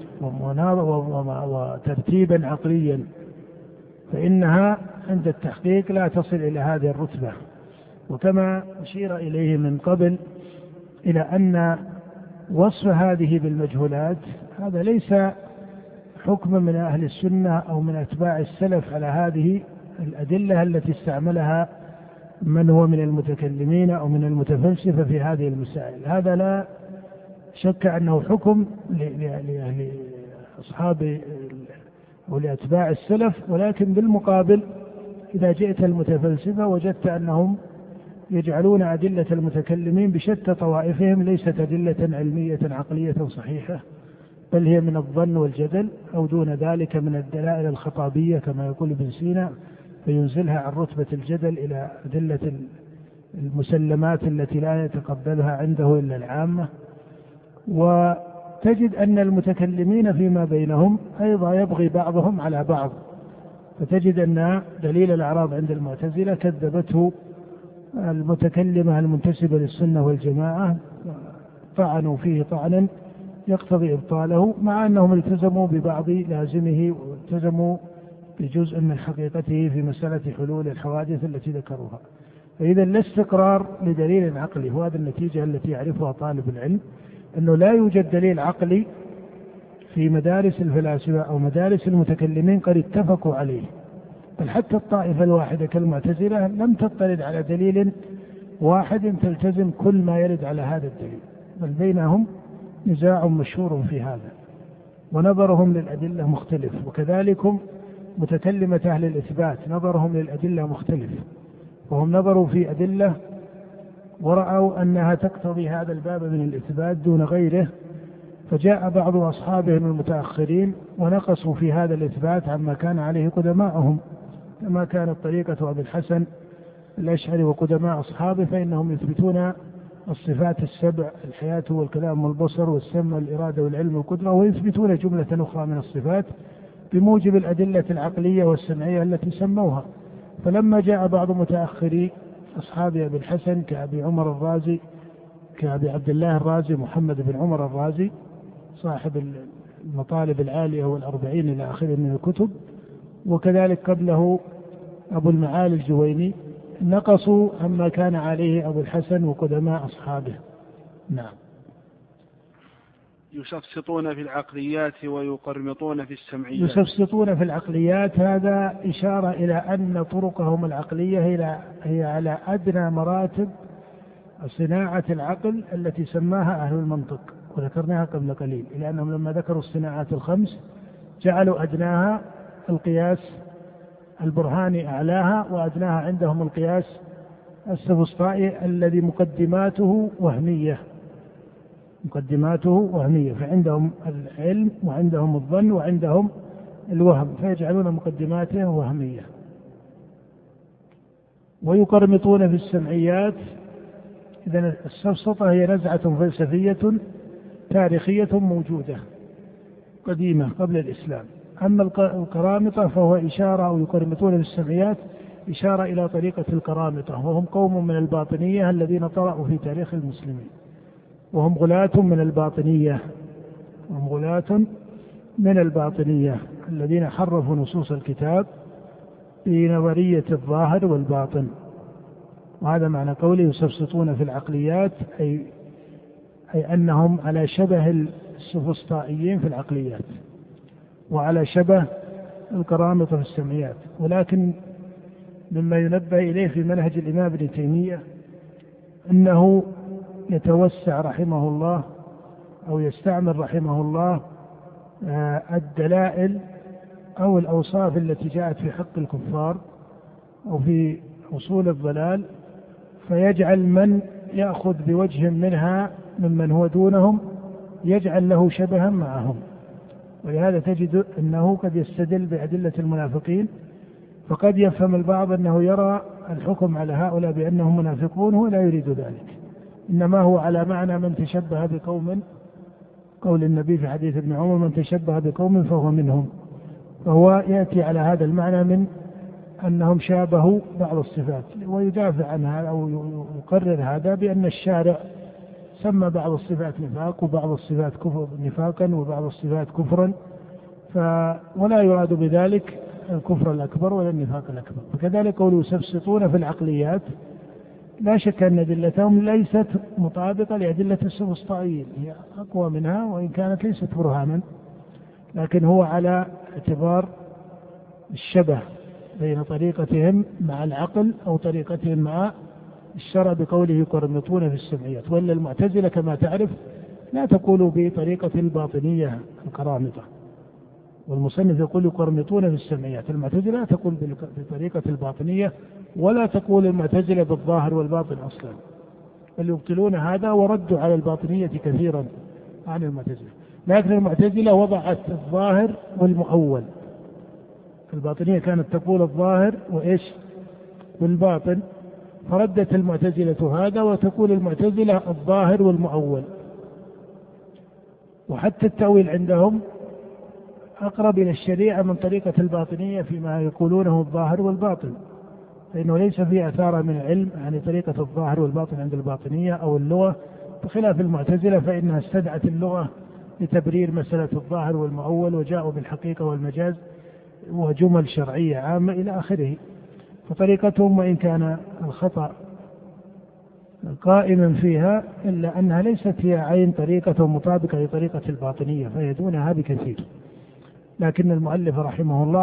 وترتيبا عقليا، فإنها عند التحقيق لا تصل إلى هذه الرتبة. وكما أشير إليه من قبل إلى أن وصف هذه بالمجهولات هذا ليس حكم من أهل السنة أو من أتباع السلف على هذه الأدلة التي استعملها من هو من المتكلمين أو من المتفلسفة في هذه المسائل. هذا لا شك أنه حكم لأصحاب ولأتباع السلف، ولكن بالمقابل إذا جئت المتفلسفة وجدت أنهم يجعلون أدلة المتكلمين بشتى طوائفهم ليست أدلة علمية عقلية صحيحة، بل هي من الظن والجدل أو دون ذلك من الدلائل الخطابية كما يقول ابن سينا، فينزلها عن رتبة الجدل إلى أدلة المسلمات التي لا يتقبلها عنده إلا العامة. وتجد أن المتكلمين فيما بينهم أيضا يبغي بعضهم على بعض، فتجد أن دليل الأعراض عند المعتزلة كذبته المتكلمة المنتسبة للسنة والجماعة، طعنوا فيه طعنا يقتضي إبطاله، مع أنهم التزموا ببعض لازمه والتزموا بجزء من حقيقته في مسألة حلول الحوادث التي ذكروها. فإذا لا استقرار لدليل عقلي، وهذه النتيجة التي يعرفها طالب العلم، أنه لا يوجد دليل عقلي في مدارس الفلاسفة أو مدارس المتكلمين قد اتفقوا عليه، بل حتى الطائفة الواحدة كالمعتزلة لم تطلع على دليل واحد تلتزم كل ما يرد على هذا الدليل، بل بينهم نزاع مشهور في هذا، ونظرهم للأدلة مختلف. وكذلك متكلمة أهل الإثبات نظرهم للأدلة مختلف، وهم نظروا في أدلة ورأوا أنها تقتضي هذا الباب من الإثبات دون غيره، فجاء بعض أصحابهم المتأخرين ونقصوا في هذا الإثبات عما كان عليه قدماءهم، كما كانت طريقة أبي الحسن الأشعري وقدماء أصحابه، فإنهم يثبتون الصفات السبع: الحياة والكلام والبصر والسمع والإرادة والعلم والقدرة، ويثبتون جملة أخرى من الصفات بموجب الأدلة العقلية والسمعية التي سموها. فلما جاء بعض متأخري أصحاب أبي الحسن كأبي عمر الرازي، كأبي عبد الله الرازي محمد بن عمر الرازي صاحب المطالب العالية والأربعين إلى آخره من الكتب، وكذلك قبله أبو المعالي الجويني، نقصوا عما كان عليه أبو الحسن وقدماء أصحابه. نعم. يسفسطون في العقليات ويقرمطون في السمعيات. يسفسطون في العقليات، هذا إشارة إلى أن طرقهم العقلية هي على أدنى مراتب صناعة العقل التي سماها أهل المنطق، وذكرناها قبل قليل، إلى أنهم لما ذكروا الصناعات الخمس جعلوا أدناها القياس البرهاني أعلاها، وأدناها عندهم القياس السفسطائي الذي مقدماته وهمية، فعندهم العلم وعندهم الظن وعندهم الوهم، فيجعلون مقدماته وهمية. ويقرمطون في السمعيات. إذن السفسطة هي نزعة فلسفية تاريخية موجودة قديمة قبل الإسلام. أما القرامطة فهو إشارة، أو يقرمطون في السمعيات إشارة إلى طريقة القرامطة، وهم قوم من الباطنية الذين طرأوا في تاريخ المسلمين، وهم غلاة من الباطنية الذين حرفوا نصوص الكتاب بنظرية الظاهر والباطن. وهذا معنى قوله يسفسطون في العقليات، أي أنهم على شبه السفسطائيين في العقليات وعلى شبه القرامطة في السمعيات. ولكن مما ينبه إليه في منهج الإمام ابن تيمية أنه يتوسع رحمه الله أو يستعمل رحمه الله الدلائل أو الأوصاف التي جاءت في حق الكفار أو في أصول الضلال، فيجعل من يأخذ بوجه منها ممن هو دونهم يجعل له شبها معهم. ولهذا تجد أنه قد يستدل بأدلة المنافقين، فقد يفهم البعض أنه يرى الحكم على هؤلاء بأنهم منافقون، هو لا يريد ذلك، إنما هو على معنى من تشبه بقوم، قول النبي في حديث ابن عمر: من تشبه بقوم فهو منهم. فهو يأتي على هذا المعنى من أنهم شابهوا بعض الصفات، ويدافع عنها أو يقرر هذا بأن الشارع سمى بعض الصفات نفاق وبعض الصفات كفر نفاقا وبعض الصفات كفرا، ولا يراد بذلك الكفر الأكبر ولا النفاق الأكبر. وكذلك قولوا يستفسطون في العقليات، لا شك أن أدلتهم ليست مطابقة لأدلة السفسطائيين، هي أقوى منها وإن كانت ليست برهانا، لكن هو على اعتبار الشبه بين طريقتهم مع العقل أو طريقتهم مع الشرع بقوله يقرمطون في السمعيات. وإلا المعتزلة كما تعرف لا تقول بطريقة الباطنية القرامطة، والمصنف يقول يقرمطون في السمعيات. المعتزلة لا تقول بطريقة الباطنية، ولا تقول المعتزلة بالظاهر والباطن أصلا، بل يبطلون هذا وردوا على الباطنية كثيرا عن المعتزلة. لكن المعتزلة وضعت الظاهر والمؤول، الباطنية كانت تقول الظاهر وإيش والباطن، فردت المعتزلة هذا وتقول المعتزلة الظاهر والمؤول. وحتى التأويل عندهم أقرب إلى الشريعة من طريقة الباطنية فيما يقولونه الظاهر والباطن، فإنه ليس فيه أثار من العلم عن طريقة الظاهر والباطن عند الباطنية أو اللغة، بخلاف المعتزلة فإنها استدعت اللغة لتبرير مسألة الظاهر والمؤول، وجاءوا بالحقيقة والمجاز وجمل شرعية عامة إلى آخره. فطريقتهم وإن كان الخطأ قائما فيها إلا أنها ليست هي عين طريقة مطابقة لطريقة الباطنية، فهي دونها بكثير. لكن المؤلف رحمه الله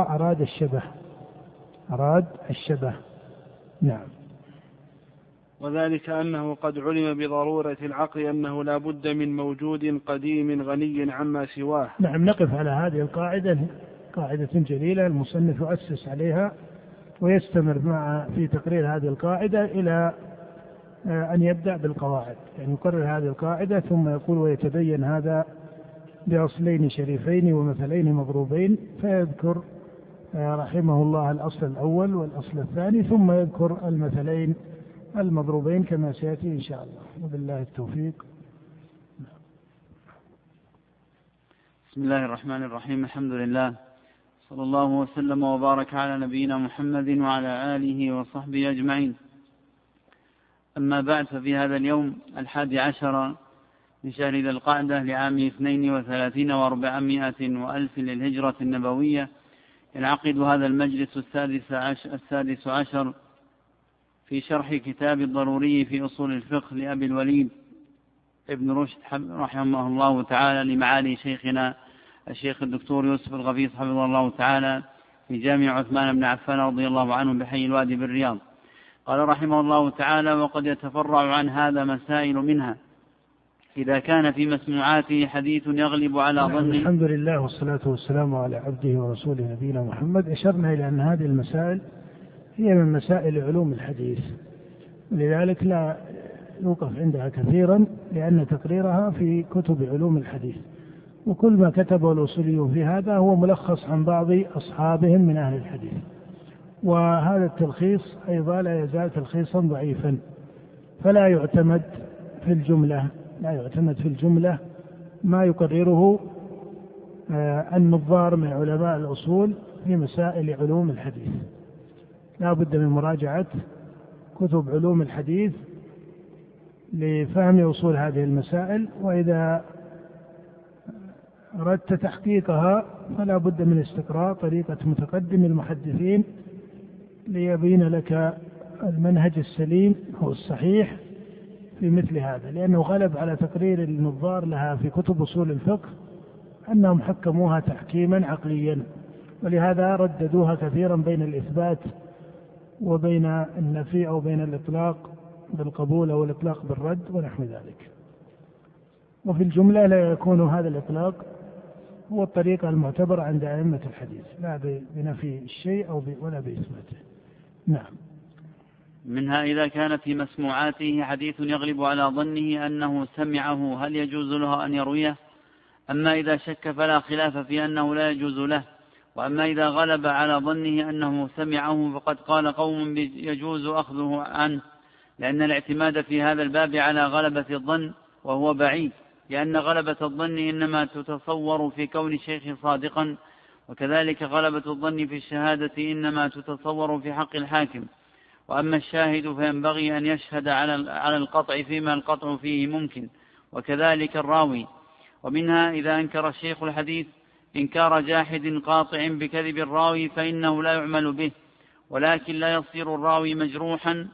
أراد الشبه. نعم. وذلك أنه قد علم بضرورة العقل أنه لا بد من موجود قديم غني عما سواه. نعم، نقف على هذه القاعدة، قاعدة جليلة المصنف يؤسس عليها ويستمر في تقرير هذه القاعدة إلى أن يبدأ بالقواعد، يعني يقرر هذه القاعدة ثم يقول ويتبين هذا بأصلين شريفين ومثلين مضروبين، فيذكر رحمه الله الأصل الأول والأصل الثاني، ثم يذكر المثلين المضروبين كما سيأتي إن شاء الله. وبالله التوفيق. بسم الله الرحمن الرحيم. الحمد لله، صلى الله وسلم وبارك على نبينا محمد وعلى آله وصحبه أجمعين. أما بعد، ففي هذا اليوم 11 من شهر ذي القعدة لعام 32 و400 للهجرة النبوية ينعقد هذا المجلس السادس عشر في شرح كتاب الضروري في أصول الفقه لأبي الوليد ابن رشد رحمه الله تعالى، لمعالي شيخنا الشيخ الدكتور يوسف الغفيص حفظه الله تعالى في جامع عثمان بن عفان رضي الله عنه بحي الوادي بالرياض. قال رحمه الله تعالى: وقد يتفرع عن هذا مسائل، منها إذا كان في مسموعاته حديث يغلب على ظن. الحمد لله والصلاة والسلام على عبده ورسوله نبينا محمد. أشرنا إلى أن هذه المسائل هي من مسائل علوم الحديث، ولذلك لا يوقف عندها كثيرا، لأن تقريرها في كتب علوم الحديث، وكل ما كتبه الأصوليون في هذا هو ملخص عن بعض أصحابهم من أهل الحديث. وهذا التلخيص أيضا لا يزال تلخيصا ضعيفا، فلا يعتمد في الجملة ما يقرره النظار من علماء الأصول في مسائل علوم الحديث. لا بد من مراجعة كتب علوم الحديث لفهم أصول هذه المسائل، وإذا أردت تحقيقها فلا بد من استقراء طريقة متقدم المحدثين ليبين لك المنهج السليم هو الصحيح في مثل هذا، لأنه غلب على تقرير النظار لها في كتب أصول الفقه أنهم حكموها تحكيما عقليا، ولهذا رددوها كثيرا بين الإثبات وبين النفي أو بين الإطلاق بالقبول أو الإطلاق بالرد ونحو ذلك. وفي الجملة لا يكون هذا الإطلاق هو الطريق المعتبر عند أئمة الحديث، لا بنفي الشيء ولا بإثباته. نعم. منها إذا كان في مسموعاته حديث يغلب على ظنه أنه سمعه هل يجوز له أن يرويه؟ أما إذا شك فلا خلاف في أنه لا يجوز له. وأما إذا غلب على ظنه أنه سمعه فقد قال قوم يجوز أخذه عنه، لأن الاعتماد في هذا الباب على غلبة الظن وهو بعيد، لأن غلبة الظن إنما تتصور في كون الشيخ صادقا، وكذلك غلبة الظن في الشهادة إنما تتصور في حق الحاكم. وأما الشاهد فينبغي أن يشهد على القطع فيما القطع فيه ممكن، وكذلك الراوي. ومنها إذا أنكر الشيخ الحديث إنكار جاحد قاطع بكذب الراوي فإنه لا يعمل به، ولكن لا يصير الراوي مجروحا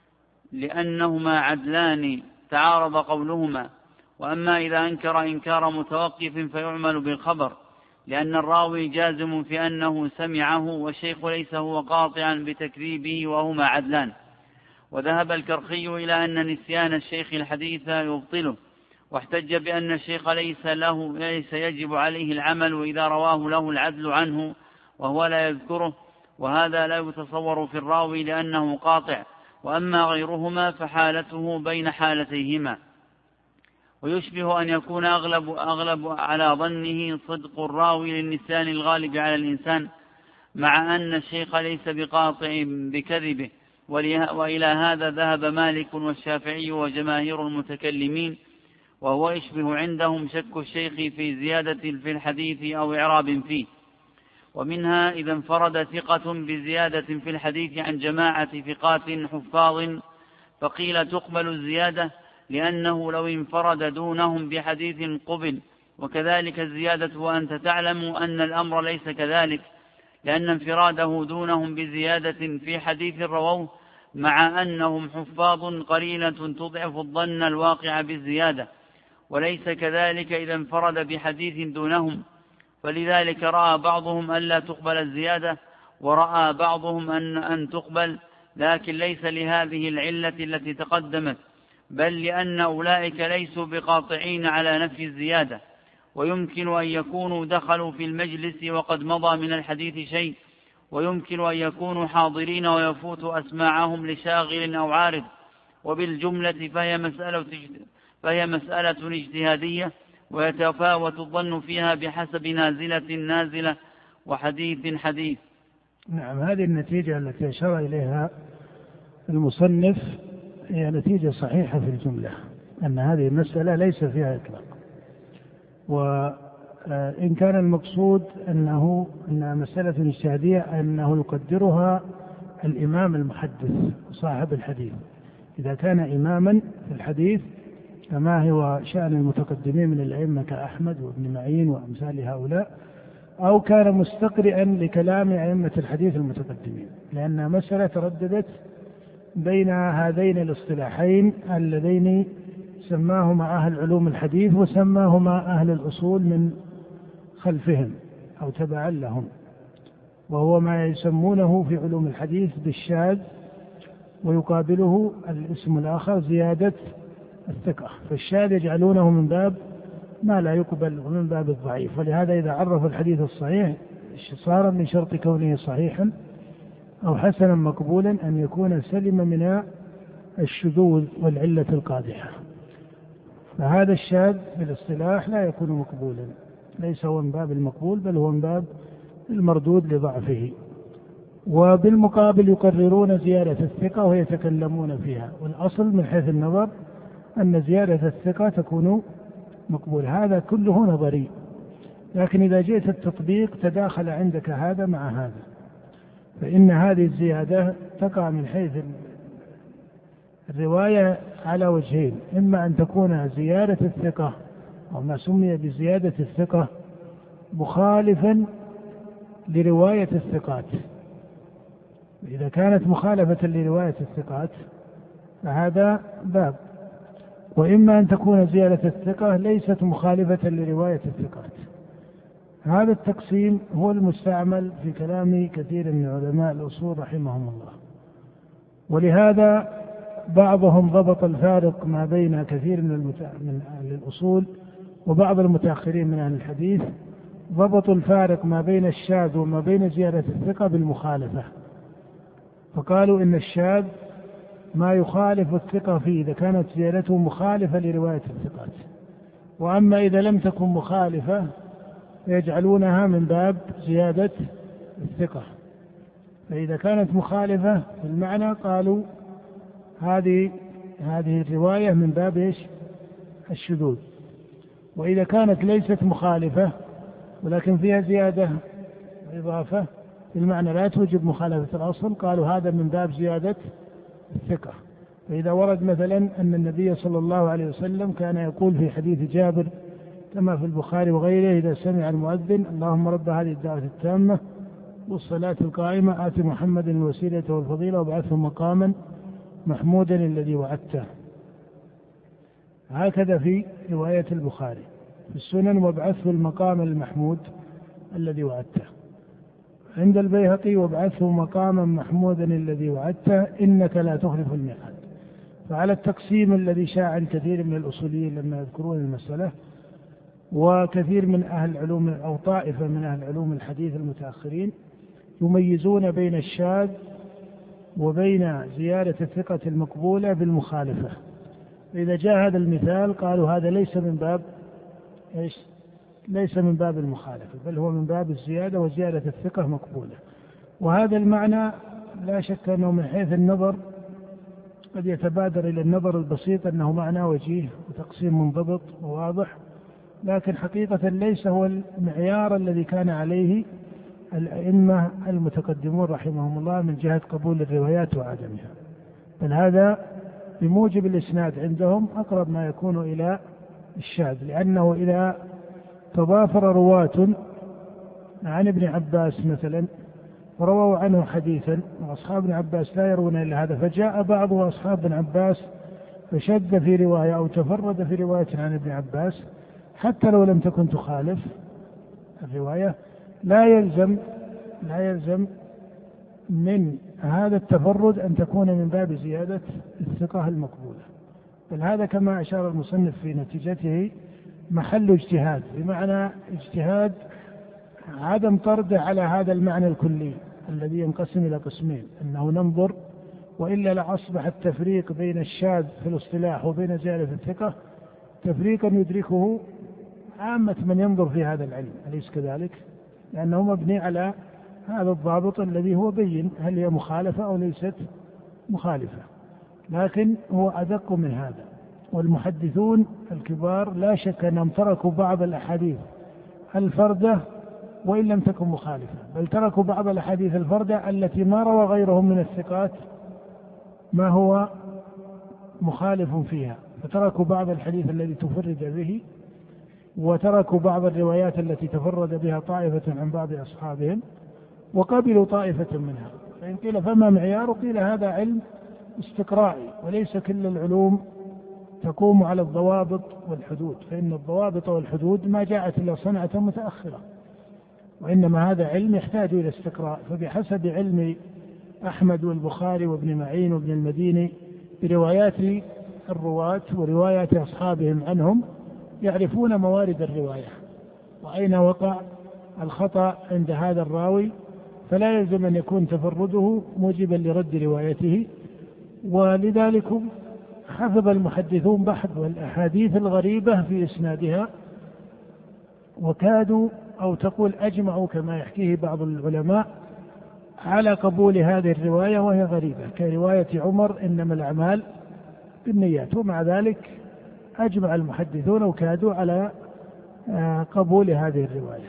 لأنهما عدلان تعارض قولهما. وأما إذا أنكر إنكار متوقف فيعمل بالخبر، لأن الراوي جازم في أنه سمعه والشيخ ليس هو قاطعا بتكذيبه وهما عدلان. وذهب الكرخي إلى أن نسيان الشيخ الحديث يبطله، واحتج بأن الشيخ ليس يجب عليه العمل إذا رواه له العدل عنه وهو لا يذكره، وهذا لا يتصور في الراوي لأنه قاطع. وأما غيرهما فحالته بين حالتيهما. ويشبه أن يكون أغلب على ظنه صدق الراوي للنسيان الغالب على الإنسان، مع أن الشيخ ليس بقاطع بكذبه. وإلى هذا ذهب مالك والشافعي وجماهير المتكلمين، وهو يشبه عندهم شك الشيخ في زيادة في الحديث أو إعراب فيه. ومنها إذا انفرد ثقة بزيادة في الحديث عن جماعة ثقات حفاظ فقيل تقبل الزيادة لأنه لو انفرد دونهم بحديث قبل. وكذلك الزيادة وأنت تعلم أن الأمر ليس كذلك، لأن انفراده دونهم بزيادة في حديث رووه مع أنهم حفاظ قليلة تضعف الظن الواقع بالزيادة، وليس كذلك إذا انفرد بحديث دونهم. فلذلك رأى بعضهم ألا تقبل الزيادة، ورأى بعضهم أن تقبل، لكن ليس لهذه العلة التي تقدمت، بل لأن أولئك ليسوا بقاطعين على نفي الزيادة. ويمكن أن يكونوا دخلوا في المجلس وقد مضى من الحديث شيء، ويمكن أن يكونوا حاضرين ويفوت أسماعهم لشاغل أو عارض. وبالجملة فهي مسألة اجتهادية، ويتفاوت الظن فيها بحسب نازلة وحديث حديث. نعم، هذه النتيجة التي أشار إليها المصنف هي نتيجة صحيحة في الجملة، أن هذه المسألة ليس فيها إطلاق. وإن كان المقصود أنها مسألة اجتهادية أنه يقدرها الإمام المحدث صاحب الحديث، إذا كان إماما في الحديث كما هو شأن المتقدمين من الأئمة كأحمد وابن معين وأمثال هؤلاء، أو كان مستقرئا لكلام أئمة الحديث المتقدمين، لأن مسألة ترددت بين هذين الاصطلاحين اللذين سماهما أهل علوم الحديث وسماهما أهل الأصول من خلفهم أو تبعا لهم، وهو ما يسمونه في علوم الحديث بالشاذ، ويقابله الاسم الآخر زيادة الثقة. فالشاذ يجعلونه من باب ما لا يقبل ومن باب الضعيف، ولهذا إذا عرف الحديث الصحيح صار من شرط كونه صحيحا أو حسنا مقبولا أن يكون سلم من الشذوذ والعلة القادحة. فهذا الشاذ بالاصطلاح لا يكون مقبولا، ليس هو من باب المقبول بل هو من باب المردود لضعفه. وبالمقابل يقررون زيادة الثقة ويتكلمون فيها، والأصل من حيث النظر أن زيادة الثقة تكون مقبول. هذا كله نظري، لكن إذا جئت التطبيق تداخل عندك هذا مع هذا، فإن هذه الزيادة تقع من حيث الرواية على وجهين: إما أن تكون زيادة الثقة أو ما سمي بزيادة الثقة مخالفا لرواية الثقات، إذا كانت مخالفة لرواية الثقات فهذا باب، وإما أن تكون زيادة الثقة ليست مخالفة لرواية الثقات. هذا التقسيم هو المستعمل في كلام كثير من علماء الأصول رحمهم الله، ولهذا بعضهم ضبط الفارق ما بين كثير من أهل الأصول وبعض المتأخرين من أهل الحديث ضبطوا الفارق ما بين الشاذ وما بين زيادة الثقة بالمخالفة، فقالوا إن الشاذ ما يخالف الثقة فيه إذا كانت زيادته مخالفة لرواية الثقات، وأما إذا لم تكن مخالفة يجعلونها من باب زيادة الثقة. فإذا كانت مخالفة في المعنى قالوا هذه الرواية من باب إيش؟ الشذوذ. وإذا كانت ليست مخالفة ولكن فيها زيادة إضافة في المعنى لا توجب مخالفة الأصل، قالوا هذا من باب زيادة الثقة. فإذا ورد مثلا أن النبي صلى الله عليه وسلم كان يقول في حديث جابر كما في البخاري وغيره إذا سمع المؤذن اللهم رب هذه الدعوة التامة والصلاة القائمة آت محمد الوسيلة والفضيلة وابعثه مقاما محمودا الذي وعدته. هكذا في رواية البخاري في السنن وابعثه المقام المحمود الذي وعدته. عند البيهقي وابعثه مقاما محمودا الذي وعدته إنك لا تخلف الميعاد. فعلى التقسيم الذي شاع عن كثير من الأصوليين لما يذكرون المسألة، وكثير من أهل العلوم أو طائفة من أهل علوم الحديث المتأخرين يميزون بين الشاذ وبين زيادة الثقة المقبولة بالمخالفة. فإذا جاء هذا المثال قالوا هذا ليس من باب إيش؟ ليس من باب المخالفة، بل هو من باب الزيادة، وزيادة الثقة مقبولة. وهذا المعنى لا شك أنه من حيث النظر قد يتبادر إلى النظر البسيط أنه معنى وجيه وتقسيم منضبط وواضح، لكن حقيقة ليس هو المعيار الذي كان عليه الأئمة المتقدمون رحمهم الله من جهة قبول الروايات وعدمها، بل هذا بموجب الإسناد عندهم أقرب ما يكون إلى الشاذ، لأنه إذا تضافر رواة عن ابن عباس مثلا ورووا عنه حديثا وأصحاب ابن عباس لا يرون إلا هذا، فجاء بعض أصحاب ابن عباس فشد في رواية أو تفرد في رواية عن ابن عباس حتى لو لم تكن تخالف الرواية، لا يلزم من هذا التفرد أن تكون من باب زيادة الثقة المقبولة، بل هذا كما أشار المصنف في نتيجته محل اجتهاد، بمعنى اجتهاد عدم طرده على هذا المعنى الكلي الذي ينقسم إلى قسمين، أنه ننظر وإلا لأصبح التفريق بين الشاذ في الاصطلاح وبين زيادة الثقة تفريقا يدركه عامة من ينظر في هذا العلم، أليس كذلك؟ لأنه مبني على هذا الضابط الذي هو بين هل هي مخالفة أو ليست مخالفة، لكن هو أدق من هذا. والمحدثون الكبار لا شك أنهم تركوا بعض الأحاديث الفردة وإن لم تكن مخالفة، بل تركوا بعض الأحاديث الفردة التي ما روى غيرهم من الثقات ما هو مخالف فيها، فتركوا بعض الحديث الذي تفرد به، وتركوا بعض الروايات التي تفرد بها طائفة عن بعض أصحابهم وقبلوا طائفة منها. فإن قيل فما معيار؟ قيل هذا علم استقرائي، وليس كل العلوم تقوم على الضوابط والحدود، فإن الضوابط والحدود ما جاءت إلا صنعة متأخرة، وإنما هذا علم يحتاج إلى استقراء. فبحسب علم أحمد والبخاري وابن معين وابن المديني بروايات الرواة وروايات أصحابهم عنهم يعرفون موارد الرواية وأين وقع الخطأ عند هذا الراوي، فلا يلزم أن يكون تفرده موجبا لرد روايته. ولذلك حفظ المحدثون بحث الأحاديث الغريبة في إسنادها، وكادوا أو تقول أجمعوا كما يحكيه بعض العلماء على قبول هذه الرواية وهي غريبة، كرواية عمر إنما الأعمال بالنيات، ومع ذلك أجمع المحدثون وكادوا على قبول هذه الرواية.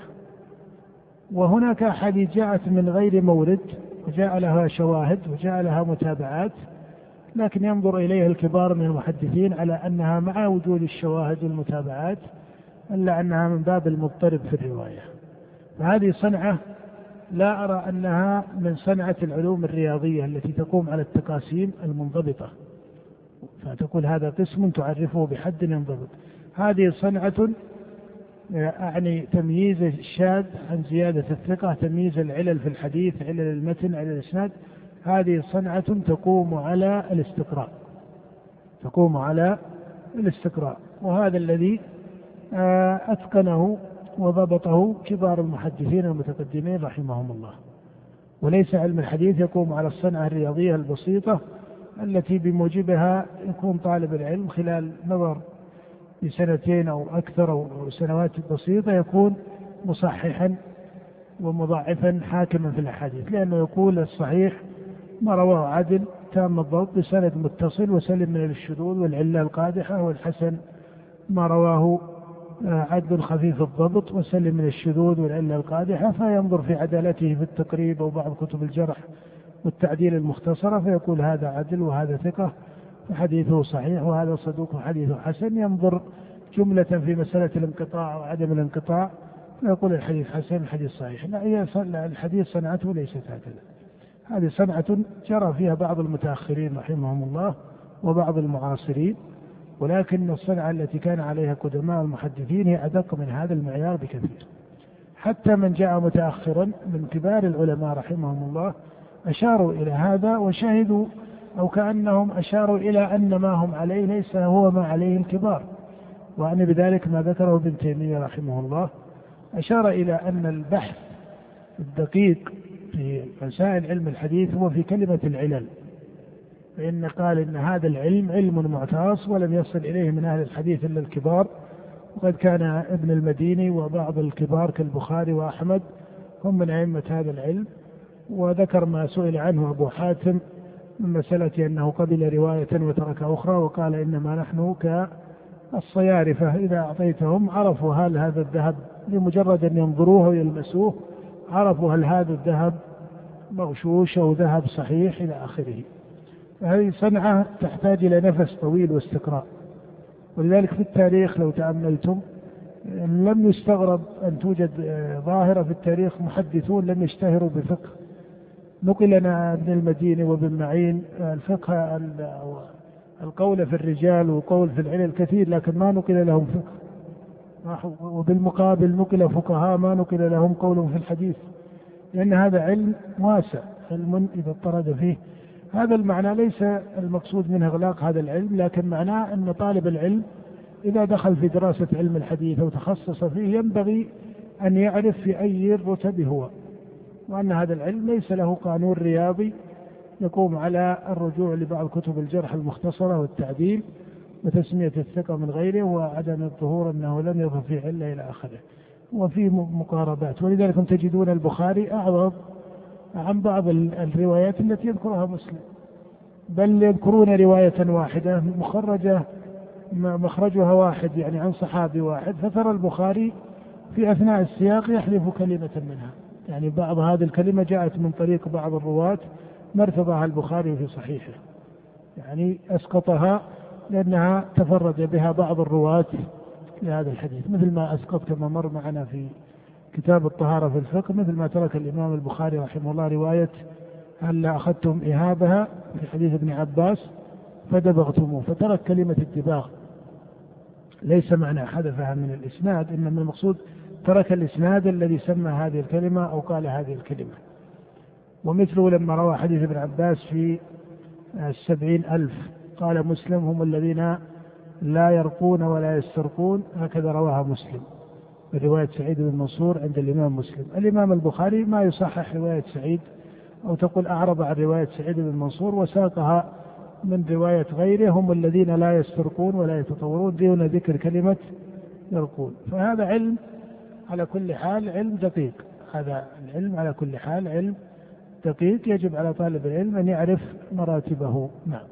وهناك أحاديث جاءت من غير مورد وجاء لها شواهد وجاء لها متابعات، لكن ينظر إليها الكبار من المحدثين على أنها مع وجود الشواهد والمتابعات إلا أنها من باب المضطرب في الرواية. فهذه صنعة لا أرى أنها من صنعة العلوم الرياضية التي تقوم على التقاسيم المنضبطة، فتقول هذا قسم تعرفه بحد ينضبط. هذه صنعة أعني تمييز الشاذ عن زيادة الثقة، تمييز العلل في الحديث، علل المتن، علل الإسناد، هذه صنعة تقوم على الاستقراء، وهذا الذي أتقنه وضبطه كبار المحدثين المتقدمين رحمهم الله. وليس علم الحديث يقوم على الصنعة الرياضية البسيطة التي بموجبها يكون طالب العلم خلال نظر بسنتين أو أكثر أو سنوات بسيطة يكون مصححا ومضاعفا حاكما في الأحاديث، لأنه يقول الصحيح ما رواه عدل تام الضبط بسند متصل وسلم من الشذوذ والعلة القادحة، والحسن ما رواه عدل خفيف الضبط وسلم من الشذوذ والعلة القادحة، فينظر في عدالته في التقريب أو بعض كتب الجرح والتعديل المختصرة فيقول هذا عدل وهذا ثقة وحديثه صحيح وهذا صدوق وحديثه حسن. ينظر جملة في مسألة الانقطاع وعدم الانقطاع فيقول الحديث حسن الحديث صحيح. لا، الحديث صنعته ليست هكذا، هذه صنعة جرى فيها بعض المتأخرين رحمهم الله وبعض المعاصرين، ولكن الصنعة التي كان عليها قدماء المحدثين هي أدق من هذا المعيار بكثير. حتى من جاء متأخرا من كبار العلماء رحمهم الله أشاروا إلى هذا وشهدوا أو كأنهم أشاروا إلى أن ما هم عليه ليس هو ما عليه الكبار، وأن بذلك ما ذكره ابن تيمية رحمه الله. أشار إلى أن البحث الدقيق في مسائل علم الحديث هو في كلمة العلل، فإن قال إن هذا العلم علم معتاص ولم يصل إليه من أهل الحديث إلا الكبار، وقد كان ابن المديني وبعض الكبار كالبخاري وأحمد هم من أئمة هذا العلم. وذكر ما سئل عنه أبو حاتم من مسألة أنه قبل رواية وترك أخرى، وقال إنما نحن كالصيارفة إذا أعطيتهم عرفوا هل هذا الذهب لمجرد أن ينظروه ويلمسوه عرفوا هل هذا الذهب مغشوش أو ذهب صحيح إلى آخره. هذه صنعة تحتاج إلى نفس طويل واستقراء. ولذلك في التاريخ لو تأملتم لم يستغرب أن توجد ظاهرة في التاريخ محدثون لم يشتهروا بفقه. نقل لنا ابن المديني وابن معين الفقه القول في الرجال وقول في العلل كثير، لكن ما نقل لهم فقه. وبالمقابل نقل فقهاء ما نقل لهم قول في الحديث، لأن هذا علم واسع، علم إذا اضطرد فيه. هذا المعنى ليس المقصود منه إغلاق هذا العلم، لكن معناه أن طالب العلم إذا دخل في دراسة علم الحديث أو تخصص فيه ينبغي أن يعرف في أي رتب هو، وأن هذا العلم ليس له قانون رياضي يقوم على الرجوع لبعض كتب الجرح المختصرة والتعديل وتسمية الثقة من غيره وعدم الظهور أنه لم يظهر في علة إلى آخره، وفي مقاربات. ولذلك تجدون البخاري أعرض عن بعض الروايات التي يذكرها مسلم، بل يذكرون رواية واحدة مخرجها واحد يعني عن صحابي واحد، فترى البخاري في أثناء السياق يحذف كلمة منها، يعني بعض هذه الكلمة جاءت من طريق بعض الرواة ما ارتضاها البخاري في صحيحه، يعني أسقطها لأنها تفرد بها بعض الرواة لهذا الحديث، مثل ما أسقط كما مر معنا في كتاب الطهارة في الفقه، مثل ما ترك الإمام البخاري رحمه الله رواية هل أخذتم إهابها في حديث ابن عباس فدبغتموه، فترك كلمة الدباغ، ليس معنى حذفها من الإسناد، إنما المقصود ترك الإسناد الذي سمى هذه الكلمة أو قال هذه الكلمة. ومثله لما روى حديث ابن عباس في 70,000 قال مسلم هم الذين لا يرقون ولا يسترقون، هكذا رواها مسلم برواية سعيد بن منصور عند الإمام مسلم. الإمام البخاري ما يصحح رواية سعيد أو تقول أعرض عن رواية سعيد بن منصور وساقها من رواية غيره هم الذين لا يسترقون ولا يتطورون دون ذكر كلمة يرقون. فهذا علم على كل حال علم دقيق، هذا العلم على كل حال علم دقيق يجب على طالب العلم أن يعرف مراتبه. نعم.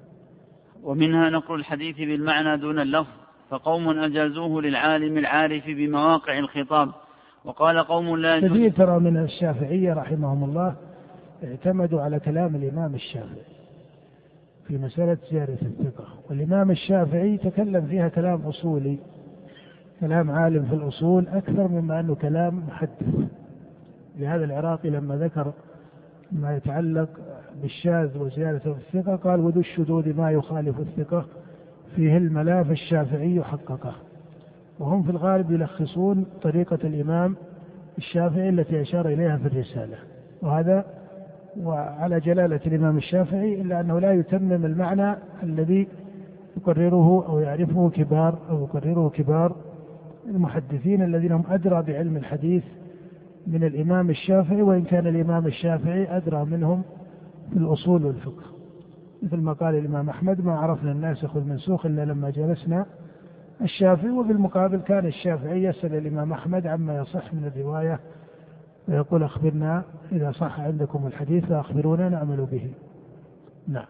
ومنها نقل الحديث بالمعنى دون اللفظ، فقوم أجازوه للعالم العارف بمواقع الخطاب، وقال قوم لا يجوز. كثير ترى من الشافعية رحمهم الله اعتمدوا على كلام الإمام الشافعي في مسألة زيادة الثقة، والإمام الشافعي تكلم فيها كلام أصولي، كلام عالم في الأصول أكثر مما أنه كلام محدث. لهذا العراقي لما ذكر ما يتعلق بالشاذ وزيادة الثقة قال وذو الشذوذ ما يخالف الثقة فيه الملا فالشافعي حققه. وهم في الغالب يلخصون طريقة الإمام الشافعي التي أشار إليها في الرسالة، وهذا وعلى جلالة الإمام الشافعي، إلا أنه لا يتمم المعنى الذي يقرره أو يعرفه كبار أو يقرره كبار المحدثين الذين هم أدرى بعلم الحديث من الإمام الشافعي، وإن كان الإمام الشافعي أدرى منهم في الأصول والفقه، مثل ما قال الإمام أحمد: ما عرفنا الناسخ والمنسوخ إلا لما جلسنا الشافعي. وبالمقابل كان الشافعي يسأل الإمام أحمد عما يصح من الرواية ويقول: أخبرنا إذا صح عندكم الحديث فأخبرونا نعمل به. نعم.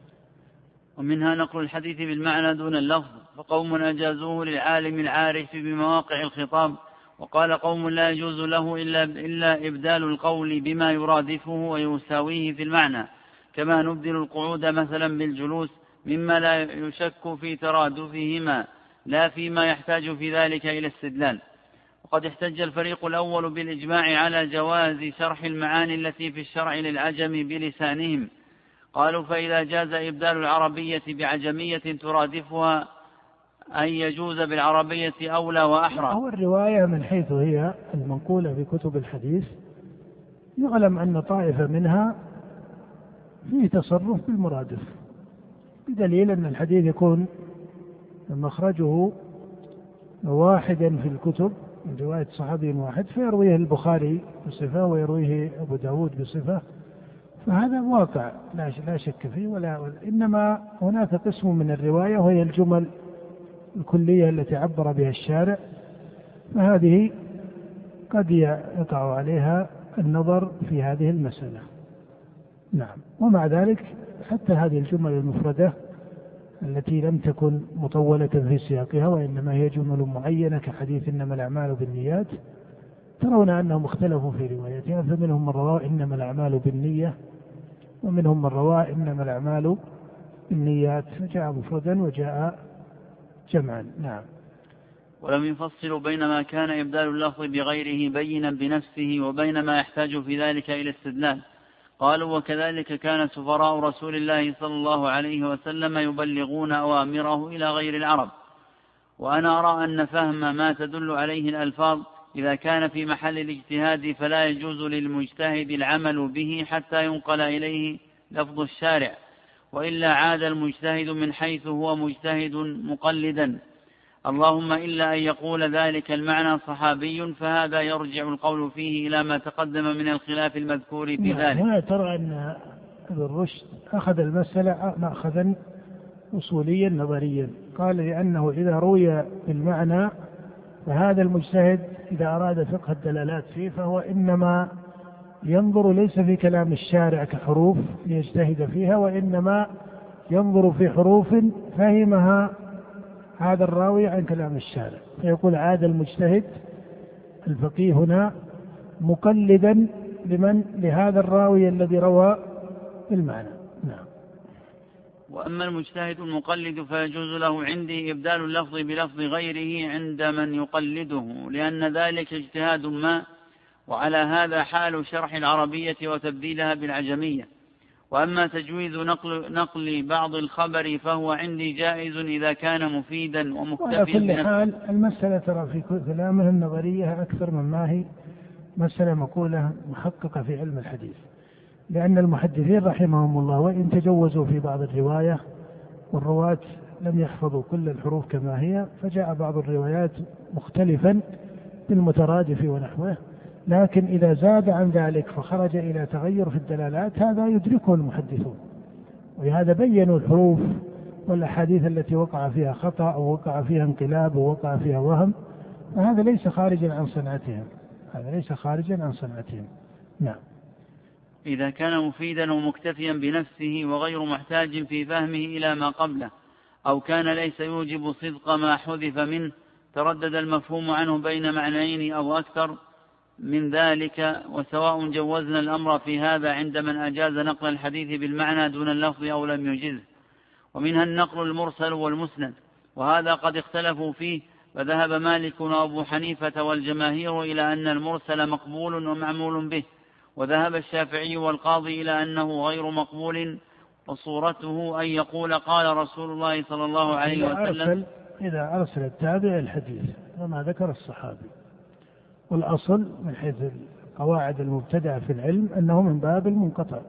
ومنها نقل الحديث بالمعنى دون اللفظ، فقوم أجازوه للعالم العارف بمواقع الخطاب، وقال قوم لا يجوز له إلا إبدال القول بما يرادفه ويساويه في المعنى، كما نبدل القعود مثلا بالجلوس، مما لا يشك في ترادفهما لا فيما يحتاج في ذلك إلى استدلال. وقد احتج الفريق الأول بالإجماع على جواز شرح المعاني التي في الشرع للعجم بلسانهم، قالوا: فإذا جاز إبدال العربية بعجمية ترادفها أن يجوز بالعربية أولى وأحرى. هو الرواية من حيث هي المنقولة في كتب الحديث يعلم أن طائفة منها فيه تصرف بالمرادف، بدليل أن الحديث يكون مخرجه واحدا في الكتب من رواية صحابي واحد، فيرويه البخاري بصفة ويرويه أبو داود بصفة، فهذا واقع لا شك فيه. إنما هناك قسم من الرواية وهي الجمل الكلية التي عبر بها الشارع، فهذه قد يقع عليها النظر في هذه المسألة. نعم. ومع ذلك حتى هذه الجمل المفردة التي لم تكن مطولة في سياقها وإنما هي جمل معينة كحديث إنما الأعمال بالنيات، ترون أنهم اختلفوا في روايتها، فمنهم من رواه إنما الأعمال بالنية، ومنهم من رواه إنما الأعمال بالنيات، فجاء مفردا وجاء جمعا. نعم. ولم يفصل بين ما كان إبدال اللفظ بغيره بينا بنفسه وبين ما يحتاج في ذلك إلى استدلال. قالوا: وكذلك كان سفراء رسول الله صلى الله عليه وسلم يبلغون أوامره إلى غير العرب. وأنا أرى أن فهم ما تدل عليه الألفاظ إذا كان في محل الاجتهاد فلا يجوز للمجتهد العمل به حتى ينقل إليه لفظ الشارع، وإلا عاد المجتهد من حيث هو مجتهد مقلدا، اللهم إلا أن يقول ذلك المعنى صحابي، فهذا يرجع القول فيه إلى ما تقدم من الخلاف المذكور في ذلك. هنا ترى أن ابن رشد أخذ المسألة مأخذا أصوليا نظريا، قال: لأنه إذا روي بالمعنى فهذا المجتهد إذا أراد فقه الدلالات فيه فهو إنما ينظر ليس في كلام الشارع كحروف ليجتهد فيها، وإنما ينظر في حروف فهمها هذا الراوي عن كلام الشارع، فيقول: عاد المجتهد الفقيه هنا مقلدا لهذا الراوي الذي روى بالمعنى. نعم. وأما المجتهد المقلد فيجوز له عندي إبدال اللفظ بلفظ غيره عند من يقلده، لأن ذلك اجتهاد ما، وعلى هذا حال شرح العربية وتبديلها بالعجمية. وأما تجويز نقل بعض الخبر فهو عندي جائز إذا كان مفيدا ومكتفيا. وعلى كل حال المسألة ترى في كلامه النظرية أكثر مما هي مسألة مقولة محققة في علم الحديث، لأن المحدثين رحمهم الله وإن تجوزوا في بعض الرواية والرواة لم يحفظوا كل الحروف كما هي، فجاء بعض الروايات مختلفا بالمترادف ونحوه، لكن إذا زاد عن ذلك فخرج إلى تغير في الدلالات هذا يدركه المحدثون، ولهذا بينوا الحروف والأحاديث التي وقع فيها خطأ أو وقع فيها انقلاب أو وقع فيها وهم، فهذا ليس خارجا عن صنعتهم، هذا ليس خارجا عن صنعتهم. نعم. إذا كان مفيدا ومكتفيا بنفسه وغير محتاج في فهمه إلى ما قبله، أو كان ليس يوجب صدق ما حذف منه، تردد المفهوم عنه بين معنيين أو أكثر من ذلك، وسواء جوزنا الأمر في هذا عند من أجاز نقل الحديث بالمعنى دون اللفظ أو لم يجزه. ومنها النقل المرسل والمسند، وهذا قد اختلفوا فيه، فذهب مالك وأبو حنيفة والجماهير إلى أن المرسل مقبول ومعمول به، وذهب الشافعي والقاضي إلى أنه غير مقبول، وصورته أن يقول قال رسول الله صلى الله عليه وسلم إذا أرسل التابع الحديث وما ذكر الصحابي. والأصل من حيث القواعد المبتدعة في العلم أنه من باب المنقطع،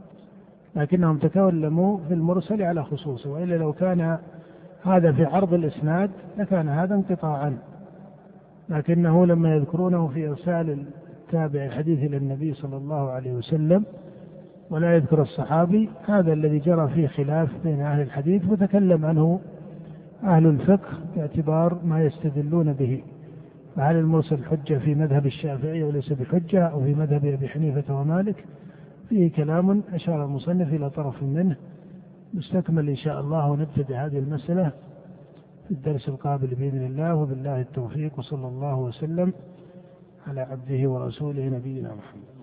لكنهم تكلموا في المرسل على خصوصه، وإلا لو كان هذا في عرض الإسناد لكان هذا انقطاعا، لكنه لما يذكرونه في إرسال التابع الحديث إلى النبي صلى الله عليه وسلم ولا يذكر الصحابي، هذا الذي جرى فيه خلاف بين أهل الحديث وتكلم عنه أهل الفقه باعتبار ما يستدلون به. فهل المرسل حجة في مذهب الشافعي وليس بحجة، أو في مذهب أبي حنيفة ومالك؟ فيه كلام أشار المصنف إلى طرف منه مستكمل إن شاء الله، ونبتدئ هذه المسألة في الدرس القابل بإذن الله، وبالله التوفيق، وصلى الله وسلم على عبده ورسوله نبينا محمد.